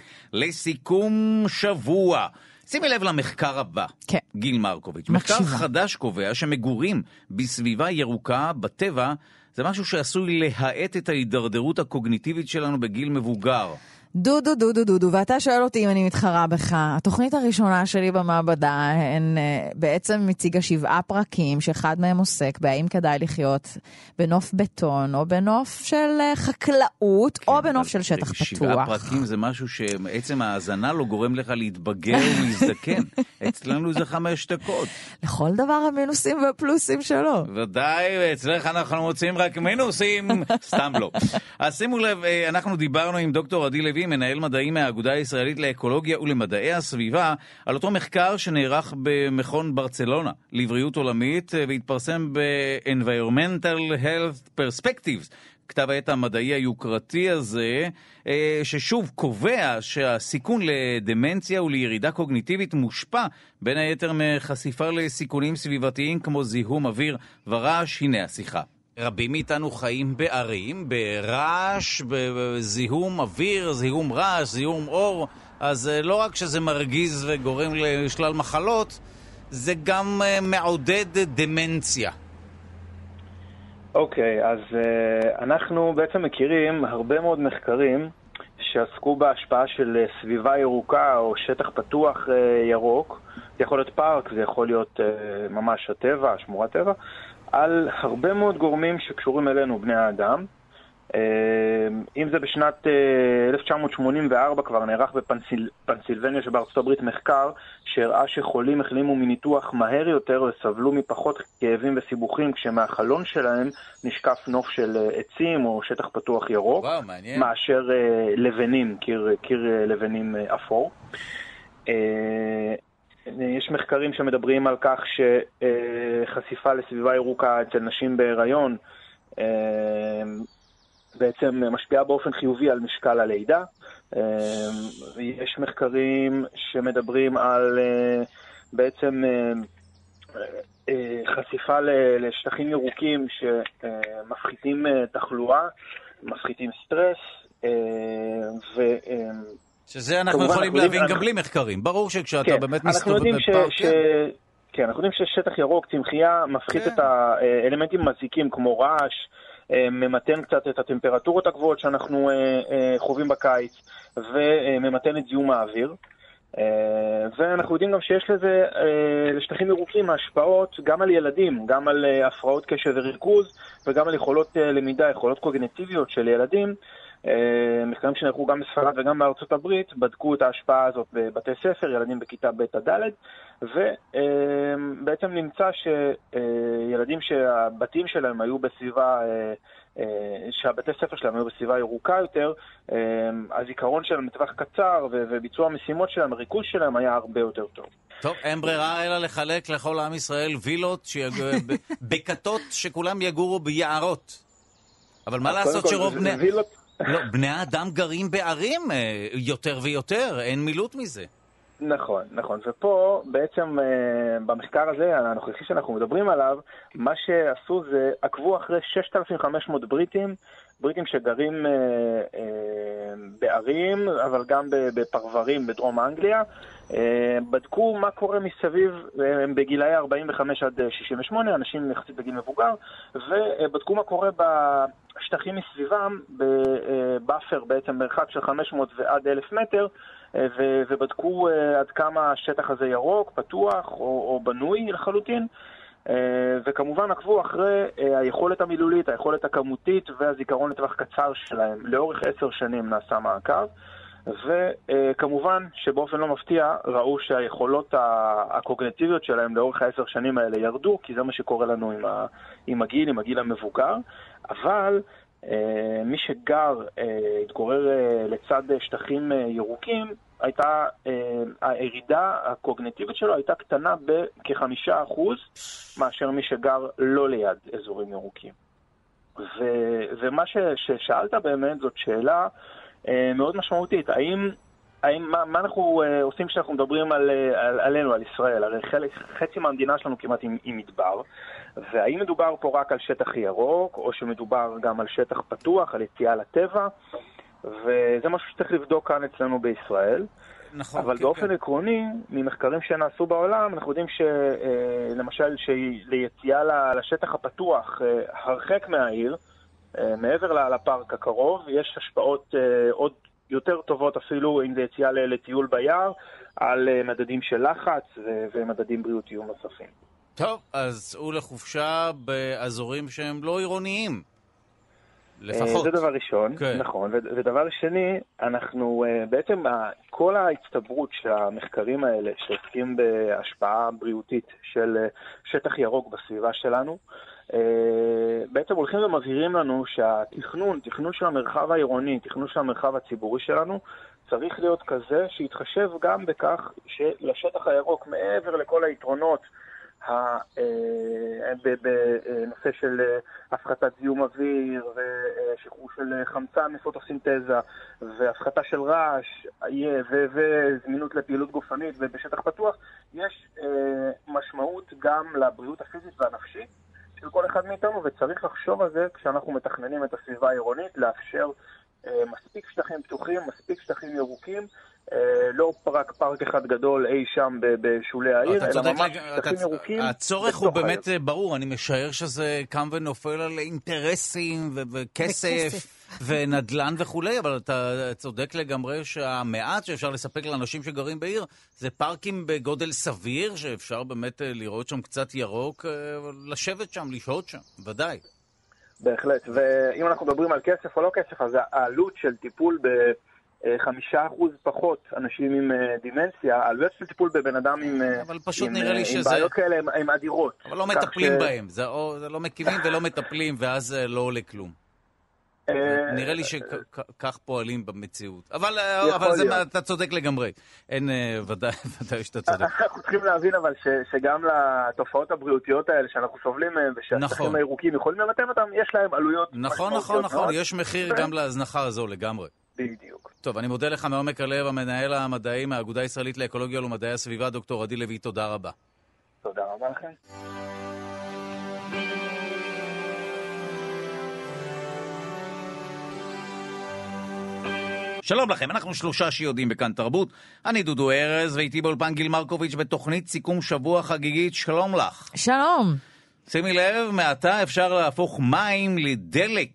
S3: לסיכום שבוע. שימי לב למחקר הבא, כן. גיל מרקוביץ'. מחקר חדש קובע שמגורים בסביבה ירוקה בטבע זה משהו שעשוי להאט את ההידרדרות הקוגניטיבית שלנו בגיל מבוגר.
S4: דודו, דודו, דודו, ואתה שואל אותי אם אני מתחרה בך. התוכנית הראשונה שלי במעבדה הן בעצם מציגה שבעה פרקים, שאחד מהם עוסק בהאם כדאי לחיות בנוף בטון, או בנוף של חקלאות, כן, או בנוף של שטח פתוח.
S3: שבעה פרקים זה משהו שעצם ההאזנה לא גורם לך להתבגר ולהזדקן. אצלנו זה חמש דקות.
S4: לכל דבר המינוסים והפלוסים שלו.
S3: ודאי, אצלך אנחנו מוצאים רק מינוסים, סתם לא. אז שימו לב, אנחנו דיברנו עם דוקטור עדי לוי, מנהל מדעים מהאגודה הישראלית לאקולוגיה ולמדעי הסביבה, על אותו מחקר שנערך במכון ברצלונה לבריאות עולמית והתפרסם ב-Environmental Health Perspectives, כתב העת המדעי היוקרתי הזה, ששוב קובע שהסיכון לדמנציה ולירידה קוגניטיבית מושפע בין היתר מחשיפה לסיכונים סביבתיים כמו זיהום אוויר ורעש. הנה השיחה. רבים מאיתנו חיים בערים, ברעש, בזיהום אוויר, זיהום רעש, זיהום אור, אז לא רק שזה מרגיז וגורם לשלל מחלות, זה גם מעודד דמנציה.
S9: אוקיי, אז אנחנו בעצם מכירים הרבה מאוד מחקרים שעסקו בהשפעה של סביבה ירוקה או שטח פתוח ירוק, זה יכול להיות פארק, זה יכול להיות ממש הטבע, שמורת טבע, על הרבה מאוד גורמים שקשורים אלינו, בני האדם. אם זה בשנת אלף תשע מאות שמונים וארבע כבר נערך בפנסילבניה שבארצות הברית מחקר שהראה שחולים החלימו מניתוח מהר יותר וסבלו מפחות כאבים וסיבוכים כשמהחלון שלהם נשקף נוף של עצים או שטח פתוח ירוק.
S3: וואו, מעניין.
S9: מאשר לבנים, קיר, קיר לבנים אפור. יש מחקרים שמדברים על כך שחשיפה לסביבה ירוקה אצל נשים בהיריון בעצם משפיעה באופן חיובי על משקל הלידה. יש מחקרים שמדברים על בעצם חשיפה לשטחים ירוקים שמפחיתים תחלואה, מפחיתים סטרס, ו...
S3: שזה אנחנו יכולים להבין גם בלי מחקרים. ברור שכשאתה באמת מסתובב בפארק...
S9: כן, אנחנו יודעים ששטח ירוק, צמחייה, מפחית את האלמנטים מזיקים כמו רעש, ממתן קצת את הטמפרטורות הגבוהות שאנחנו חווים בקיץ, וממתן את זיהום האוויר. ואנחנו יודעים גם שיש לזה, לשטחים ירוקים, השפעות גם על ילדים, גם על הפרעות קשב וריכוז, וגם על יכולות למידה, יכולות קוגניטיביות של ילדים. מחקרים שנערכו גם בספרד וגם בארצות הברית בדקו את ההשפעה הזאת בבתי ספר, ילדים בכיתה ב' עד ד', ובעצם נמצא שילדים שהבתים שלהם היו בסביבה, שהבתי ספר שלהם היו בסביבה ירוקה יותר, הזיכרון שלהם בטווח קצר וביצוע המשימות שלהם, הריכוז שלהם היה הרבה יותר טוב.
S3: טוב, אין ברירה אלא לחלק לכל עם ישראל וילות בקטות שכולם יגורו ביערות. אבל מה לעשות שרוב בני... לא, בני האדם גרים בערים יותר ויותר, אין מילוט מזה.
S9: נכון, נכון. ופה בעצם במחקר הזה, הנוכחי שאנחנו מדברים עליו, מה שעשו זה עקבו אחרי שישת אלפים וחמש מאות בריטים, בריטים שגרים אה, אה, בערים, אבל גם בפרברים בדרום אנגליה. אה, בדקו מה קורה מסביב, הם בגילאי ארבעים וחמש עד שישים ושמונה, אנשים יחסית בגיל מבוגר, ובדקו מה קורה בשטחים מסביבם, בבאפר בעצם מרחק של חמש מאות ועד אלף מטר, ו- ובדקו עד כמה השטח הזה ירוק, פתוח או, או בנוי לחלוטין. וכמובן עקבו אחרי היכולת המילולית, היכולת הכמותית והזיכרון לטווח קצר שלהם. לאורך עשר שנים נעשה מעקב, וכמובן שבאופן לא מפתיע ראו שהיכולות הקוגניטיביות שלהם לאורך העשר שנים האלה ירדו, כי זה מה שקורה לנו עם, ה, עם הגיל, עם הגיל המבוגר. אבל מי שגר, התגורר לצד שטחים ירוקים, הייתה, הירידה הקוגניטיבית שלו הייתה קטנה בכ-חמישה אחוז מאשר מי שגר לא ליד אזורים ירוקים. ו, ומה ש, ששאלת באמת זאת שאלה מאוד משמעותית. האם, האם מה, מה אנחנו עושים כשאנחנו מדברים על, על, עלינו, על ישראל? הרי חלק, חצי מהמדינה שלנו כמעט עם, עם מדבר. והאם מדובר פה רק על שטח ירוק, או שמדובר גם על שטח פתוח, על יציאה לטבע? וזה משהו שצריך לבדוק כאן אצלנו בישראל.
S3: נכון,
S9: אבל
S3: כן,
S9: באופן
S3: כן.
S9: עקרוני, ממחקרים שנעשו בעולם, אנחנו יודעים שלמשל שליציאה לשטח הפתוח, הרחק מהעיר, מעבר לפארק הקרוב, יש השפעות עוד יותר טובות אפילו אם זה יציאה לטיול ביער, על מדדים של לחץ ומדדים בריאותיים נוספים.
S3: טוב, אז צאו לחופשה באזורים שהם לא עירוניים. לפחות.
S9: זה דבר ראשון, כן. נכון. ודבר שני, אנחנו בעצם כל ההצטברות של המחקרים האלה שעוסקים בהשפעה בריאותית של שטח ירוק בסביבה שלנו, בעצם הולכים ומבהירים לנו שהתכנון, תכנון של המרחב העירוני, תכנון של המרחב הציבורי שלנו, צריך להיות כזה שיתחשב גם בכך שלשטח הירוק, מעבר לכל היתרונות, בנושא של הפחתת זיהום אוויר ושחרור של חמצן מפוטוסינתזה והפחתה של רעש וזמינות לפעילות גופנית ובשטח פתוח, יש משמעות גם לבריאות הפיזית והנפשית של כל אחד מאיתנו, וצריך לחשוב על זה כשאנחנו מתכננים את הסביבה העירונית, לאפשר מספיק שטחים פתוחים, מספיק שטחים ירוקים,
S5: לא רק פארק אחד גדול אי שם בשולי העיר, אלא ממש שטחים ירוקים.
S3: הצורך הוא באמת ברור, אני משער שזה קם ונופל על אינטרסים וכסף ונדלן וכולי, אבל אתה צודק לגמרי שהמעט שאפשר לספק לאנשים שגרים בעיר, זה פארקים בגודל סביר, שאפשר באמת לראות שם קצת ירוק, לשבת שם, לשהות שם, ודאי.
S5: בהחלט, ואם אנחנו מדברים על כסף או לא כסף, אז העלות של טיפול ב... חמישה אחוז פחות אנשים עם דימנציה, העלויות של טיפול בבן אדם עם,
S3: אבל פשוט
S5: עם,
S3: נראה לי
S5: עם
S3: שזה...
S5: בעיות כאלה הם אדירות.
S3: אבל לא מטפלים ש... בהם, זה, או, זה לא מקימים ולא מטפלים, ואז לא עולה כלום. נראה לי שכך פועלים במציאות. אבל, אבל זה, אתה צודק לגמרי. אין, ודאי, ודאי שאתה צודק.
S5: אנחנו צריכים להבין אבל ש, שגם לתופעות הבריאותיות האלה שאנחנו סובלים מהם, ושהשטחים הירוקים יכולים למתן אותם, יש להם עלויות.
S3: נכון, נכון, נכון. יש מחיר גם להזנחה הזו לגמרי.
S5: בדיוק.
S3: טוב, אני מודה לך מעומק הלב, המנהל המדעי מהאגודה הישראלית לאקולוגיה ולמדעי הסביבה, דוקטור עדי לוי, תודה רבה.
S5: תודה רבה לכם.
S3: שלום לכם, אנחנו שלושה שיודעים בכאן תרבות. אני דודו ארז, ואיתי באולפן גיל מרקוביץ' בתוכנית סיכום שבוע חגיגית. שלום לך.
S4: שלום.
S3: שימי לב, מעתה אפשר להפוך מים לדלק.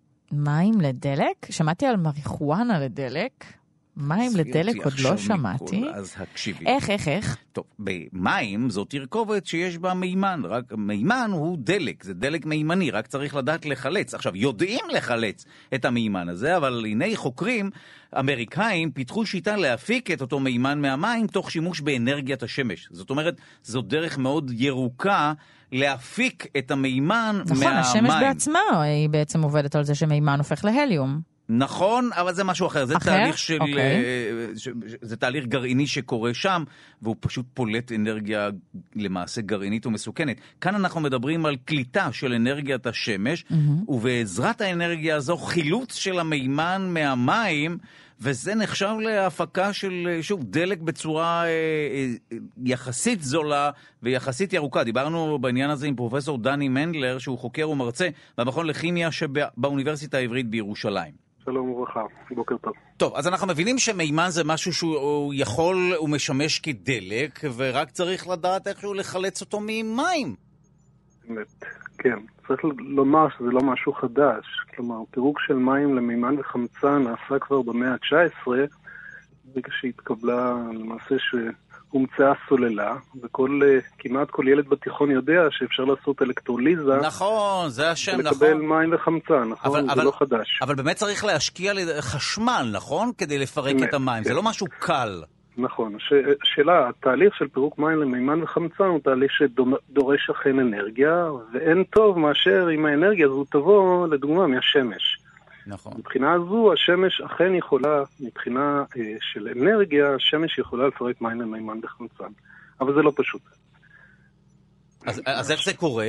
S4: מים לדלק? שמעתי על מריחואנה לדלק. מים לדלק עוד לא שמעתי.
S3: אז הקשיבי.
S4: איך, איך, איך?
S3: טוב, במים זו תרכובת שיש בה מימן. רק מימן הוא דלק, זה דלק מימני, רק צריך לדעת לחלץ. עכשיו, יודעים לחלץ את המימן הזה, אבל הנה חוקרים אמריקאים פיתחו שיטה להפיק את אותו מימן מהמים תוך שימוש באנרגיית השמש. זאת אומרת, זו דרך מאוד ירוקה להפיק את המימן
S4: נכון,
S3: מהמים.
S4: נכון, השמש בעצמה היא בעצם עובדת על זה שמימן הופך להליום.
S3: נכון, אבל זה משהו אחר. זה
S4: אחר?
S3: תהליך של,
S4: אוקיי.
S3: ש, זה תהליך גרעיני שקורה שם, והוא פשוט פולט אנרגיה למעשה גרעינית ומסוכנת. כאן אנחנו מדברים על קליטה של אנרגיית השמש, mm-hmm. ובעזרת האנרגיה הזו חילוץ של המימן מהמים, וזה נחשב להפקה של, שוב, דלק בצורה אה, אה, יחסית זולה ויחסית ירוקה. דיברנו בעניין הזה עם פרופסור דני מנדלר, שהוא חוקר ומרצה במכון לכימיה שבאוניברסיטה העברית בירושלים.
S10: שלום וברכה, בוקר טוב.
S3: טוב, אז אנחנו מבינים שמימן זה משהו שהוא יכול, הוא משמש כדלק, ורק צריך לדעת איכשהו לחלץ אותו ממים.
S10: באמת, כן. צריך לומר שזה לא משהו חדש. כלומר, פירוק של מים למימן וחמצן נעשה כבר במאה ה-תשע עשרה, ברגע שהתקבלה למעשה שהומצאה סוללה, וכל, כמעט כל ילד בתיכון יודע שאפשר לעשות אלקטרוליזה.
S3: נכון, זה השם, נכון.
S10: ולקבל מים וחמצן, נכון? אבל, זה אבל, לא חדש.
S3: אבל באמת צריך להשקיע חשמל, נכון? כדי לפרק באמת, את המים. כן. זה לא משהו קל.
S10: נכון. השאלה, התהליך של פירוק מים למימן וחמצן הוא תהליך שדורש אכן אנרגיה, ואין טוב מאשר אם האנרגיה הזו תבוא, לדוגמה, מהשמש.
S3: נכון.
S10: מבחינה הזו, השמש אכן יכולה, מבחינה אה, של אנרגיה, השמש יכולה לפרק מים למימן וחמצן. אבל זה לא פשוט.
S3: אז, אז איך זה קורה?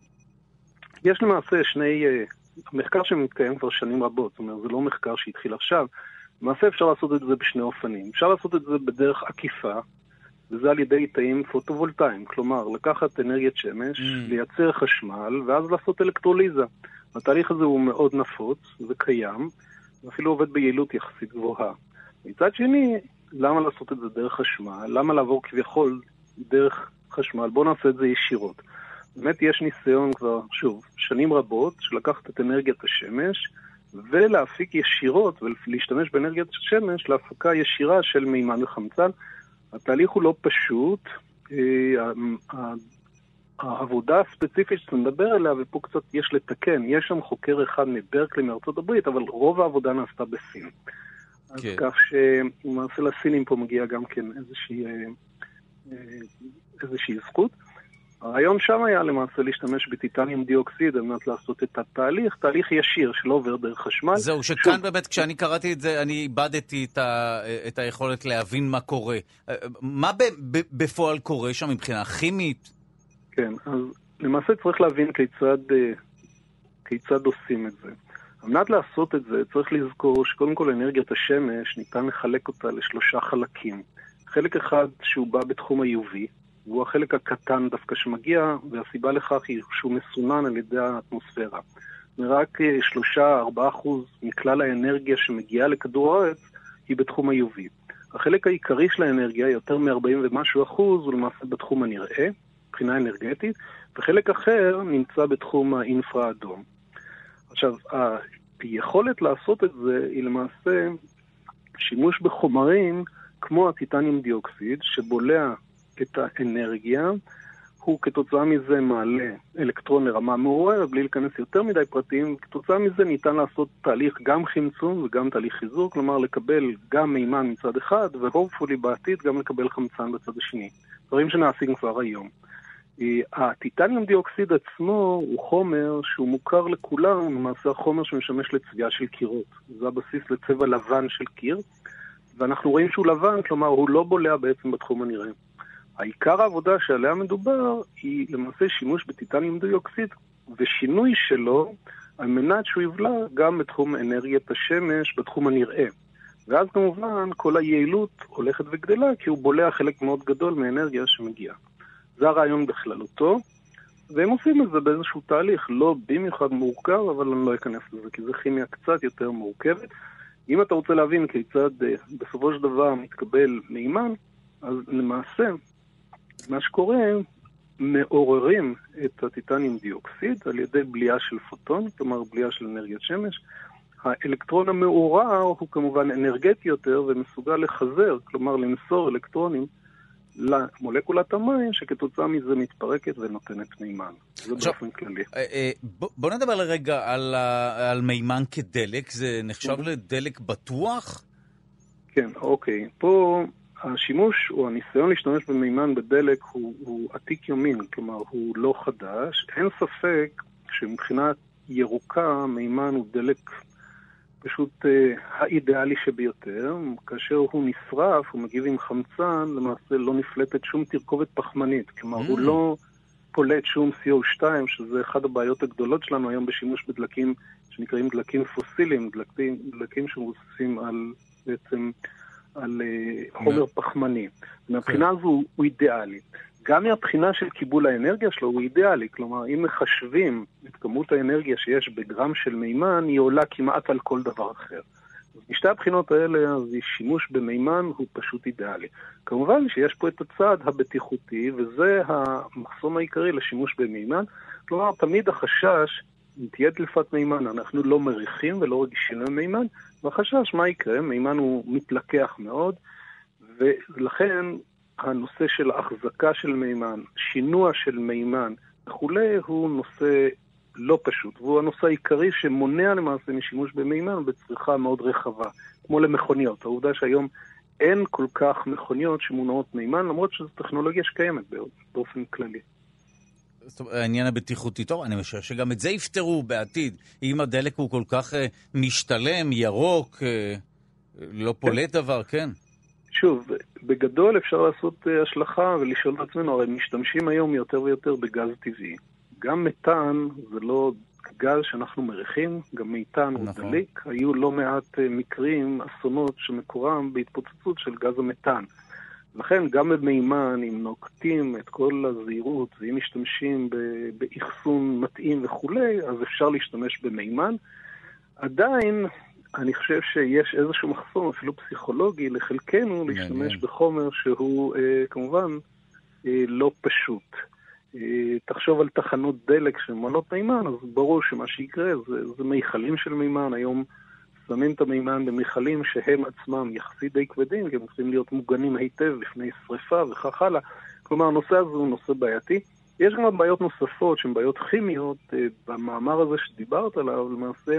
S10: יש למעשה שני, אה, מחקר שמתקיים כבר שנים רבות, זאת אומרת, זה לא מחקר שהתחיל עכשיו, למעשה אפשר לעשות את זה בשני אופנים. אפשר לעשות את זה בדרך עקיפה, וזה על ידי תאים פוטו-וולטאיים. כלומר, לקחת אנרגיית שמש, mm. לייצר חשמל, ואז לעשות אלקטרוליזה. התהליך הזה הוא מאוד נפוץ, זה קיים, ואפילו עובד ביעילות יחסית גבוהה. מצד שני, למה לעשות את זה דרך חשמל? למה לעבור כביכול דרך חשמל? בואו נעשה את זה ישירות. באמת יש ניסיון כבר, שוב, שנים רבות, שלקחת את אנרגיית השמש, ולהפיק ישירות, ולהשתמש באנרגיית השמש, להפקה ישירה של מימן וחמצן. התהליך הוא לא פשוט, העבודה הספציפית שאתה מדבר עליה, ופה קצת יש לתקן, יש שם חוקר אחד מברקלי מארצות הברית, אבל רוב העבודה נעשתה בסין. אז כן. כך שמעשה לסינים פה מגיע גם כן איזושהי, איזושהי זכות. הרעיון שם היה למעשה להשתמש בטיטניום דיאוקסיד על מנת לעשות את התהליך, תהליך ישיר שלא עובר דרך חשמל.
S3: זהו, שכאן שוב... באמת כשאני קראתי את זה, אני איבדתי את, ה... את היכולת להבין מה קורה. מה ב... ב... בפועל קורה שם מבחינה כימית?
S10: כן, אז למעשה צריך להבין כיצד, כיצד עושים את זה. על מנת לעשות את זה צריך לזכור שקודם כל אנרגיית השמש ניתן לחלק אותה לשלושה חלקים. חלק אחד שהוא בא בתחום ה-יו וי, והוא החלק הקטן דווקא שמגיע, והסיבה לכך היא שהוא מסונן על ידי האטמוספירה. ורק שלושה, ארבעה אחוז מכלל האנרגיה שמגיעה לכדור הארץ היא בתחום ה-יו וי. החלק העיקרי של האנרגיה, יותר מ-ארבעים ומשהו אחוז, הוא למעשה בתחום הנראה, מבחינה אנרגטית, וחלק אחר נמצא בתחום האינפרה-אדום. עכשיו, היכולת לעשות את זה היא למעשה שימוש בחומרים כמו הטיטניום דיוקסיד, שבולע את האנרגיה, הוא כתוצאה מזה מעלה אלקטרון לרמה מעוררת, בלי להיכנס יותר מדי פרטים, כתוצאה מזה ניתן לעשות תהליך גם חמצון וגם תהליך חיזוק, כלומר לקבל גם מימן מצד אחד, והופפולי בעתיד גם לקבל חמצן בצד השני. דברים שנעשים כבר היום. הטיטניום דיוקסיד עצמו הוא חומר שהוא מוכר לכולם, למעשה החומר שמשמש לצביעה של קירות. זה הבסיס לצבע לבן של קיר, ואנחנו רואים שהוא לבן, כלומר הוא לא בולע בעצם בתחום הנראה. העיקר העבודה שעליה מדובר היא למעשה שימוש בטיטניום דיוקסיד ושינוי שלו על מנת שהוא יבלע גם בתחום אנרגיית השמש, בתחום הנראה. ואז כמובן כל היעילות הולכת וגדלה כי הוא בולע חלק מאוד גדול מאנרגיה שמגיעה. זה הרעיון בכללותו, והם עושים את זה באיזשהו תהליך לא במיוחד מורכב, אבל אני לא אכנס לזה כי זה כימיה קצת יותר מורכבת. אם אתה רוצה להבין כיצד בסופו של דבר מתקבל מימן, אז למעשה מה שקורה, מעוררים את הטיטניום דיוקסיד על ידי בליעה של פוטון, כלומר בליעה של אנרגיית שמש. האלקטרון המעורר הוא כמובן אנרגטי יותר ומסוגל לחזר, כלומר למסור אלקטרונים למולקולת המים, שכתוצאה מזה מתפרקת ונותנת מימן. זה באופן כללי.
S3: בוא נדבר לרגע על, על מימן כדלק, זה נחשב לדלק בטוח?
S10: כן, אוקיי. פה השימוש או הניסיון להשתמש במימן בדלק הוא, הוא עתיק יומין, כלומר הוא לא חדש. אין ספק שמבחינת ירוקה מימן הוא דלק פשוט אה, האידיאלי שביותר. כאשר הוא נשרף, הוא מגיב עם חמצן, למעשה לא נפלטת שום תרכובת פחמנית. כלומר mm. הוא לא פולט שום סי או שתיים, שזה אחד הבעיות הגדולות שלנו היום בשימוש בדלקים שנקראים דלקים פוסיליים, דלקים, דלקים שמבוססים על בעצם על חומר פחמני. מהבחינה הזו הוא אידיאלי. גם מהבחינה של קיבול האנרגיה שלו הוא אידיאלי. כלומר, אם מחשבים את כמות האנרגיה שיש בגרם של מימן, היא עולה כמעט על כל דבר אחר. אז משתי הבחינות האלה, אז שימוש במימן הוא פשוט אידיאלי. כמובן שיש פה את הצד הבטיחותי, וזה המחסום העיקרי לשימוש במימן. כלומר, תמיד החשש, אם תהיה דליפת מימן, אנחנו לא מריחים ולא רגישים למימן, והחשש מה יקרה? מימן הוא מתלקח מאוד, ולכן הנושא של החזקה של מימן, שינוע של מימן וכולי, הוא נושא לא פשוט, והוא הנושא העיקרי שמונע למעשה משימוש במימן בצריכה מאוד רחבה, כמו למכוניות. העובדה שהיום אין כל כך מכוניות שמונעות מימן, למרות שזו טכנולוגיה שקיימת באופן כללי.
S3: העניין הבטיחותי, טוב, אני משער שגם את זה יפתרו בעתיד. אם הדלק הוא כל כך uh, משתלם, ירוק, uh, לא פולט כן. דבר, כן.
S10: שוב, בגדול אפשר לעשות uh, השלכה ולשאול את עצמנו, הרי משתמשים היום יותר ויותר בגז טבעי. גם מתאן זה לא גז שאנחנו מריחים, גם מתאן הוא נכון. דליק. היו לא מעט uh, מקרים, אסונות שמקורם בהתפוצצות של גז המתאן. לכן גם במימן, אם נוקטים את כל הזהירות, ואם משתמשים באחסון מתאים וכולי, אז אפשר להשתמש במימן. עדיין, אני חושב שיש איזשהו מחסום, אפילו פסיכולוגי, לחלקנו להשתמש בחומר שהוא אה, כמובן אה, לא פשוט. אה, תחשוב על תחנות דלק שמעלות מימן, אז ברור שמה שיקרה זה, זה מיכלים של מימן. היום שמים את המימן במכלים שהם עצמם יחסית די כבדים, כי הם צריכים להיות מוגנים היטב לפני שריפה וכך הלאה. כלומר, הנושא הזה הוא נושא בעייתי. יש גם בעיות נוספות שהן בעיות כימיות. במאמר הזה שדיברת עליו, למעשה,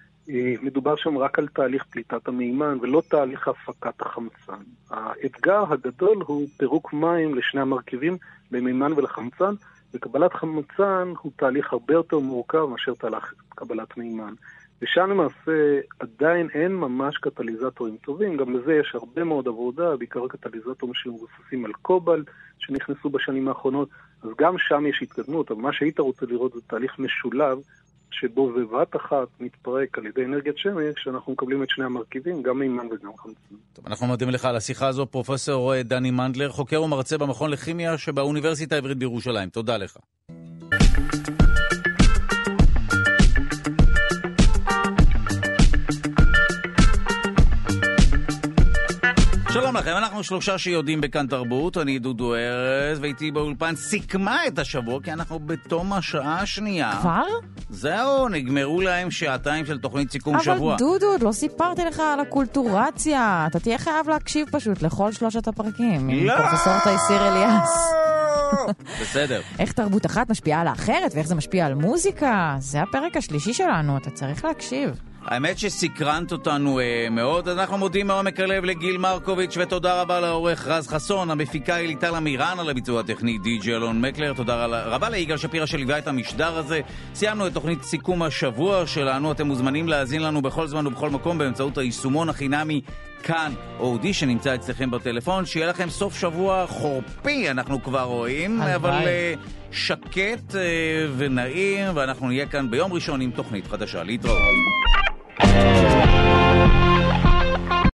S10: מדובר שם רק על תהליך פליטת המימן, ולא תהליך הפקת החמצן. האתגר הגדול הוא פירוק מים לשני המרכיבים, למימן ולחמצן, וקבלת חמצן הוא תהליך הרבה יותר מורכב מאשר תהליך קבלת מימן. ושם למעשה עדיין אין ממש קטליזטורים טובים, גם לזה יש הרבה מאוד עבודה, בעיקר קטליזטורים שמבוססים על קובלט, שנכנסו בשנים האחרונות, אז גם שם יש התקדמות, אבל מה שהיית רוצה לראות זה תהליך משולב, שבו בבת אחת מתפרק על ידי אנרגיית שמש, שאנחנו מקבלים את שני המרכיבים, גם מימן וגם חמצן.
S3: טוב, אנחנו מודים לך על השיחה הזו, פרופסור דני מנדלר, חוקר ומרצה במכון לכימיה שבאוניברסיטה העברית בירושלים. תודה לך. שלום לכם, אנחנו שלושה שיודעים בכאן תרבות, אני דודו ארז, ואיתי באולפן סיכמה את השבוע, כי אנחנו בתום השעה השנייה.
S4: כבר?
S3: זהו, נגמרו להם שעתיים של תוכנית סיכום
S4: אבל
S3: שבוע.
S4: אבל דודו, לא סיפרתי לך על הקולטורציה. אתה תהיה חייב להקשיב פשוט לכל שלושת הפרקים.
S3: לא!
S4: עם פרופסור תייסיר אליאס.
S3: בסדר.
S4: איך תרבות אחת משפיעה על האחרת, ואיך זה משפיע על מוזיקה. זה הפרק השלישי שלנו, אתה צריך להקשיב.
S3: האמת שסקרנת אותנו אה, מאוד. אנחנו מודים מעומק הלב לגיל מרקוביץ' ותודה רבה לעורך רז חסון, המפיקה היא ליטל אמירן, על הביצוע הטכני די.ג'י אלון מקלר. תודה רבה ליגאל שפירא שליווה את המשדר הזה. סיימנו את תוכנית סיכום השבוע שלנו. אתם מוזמנים להאזין לנו בכל זמן ובכל מקום באמצעות היישומון החינמי כאן אודי שנמצא אצלכם בטלפון. שיהיה לכם סוף שבוע חורפי, אנחנו כבר רואים, אבל uh, שקט uh, ונעים, ואנחנו נהיה כאן ביום ראשון עם תוכנית חדשה. להתראות.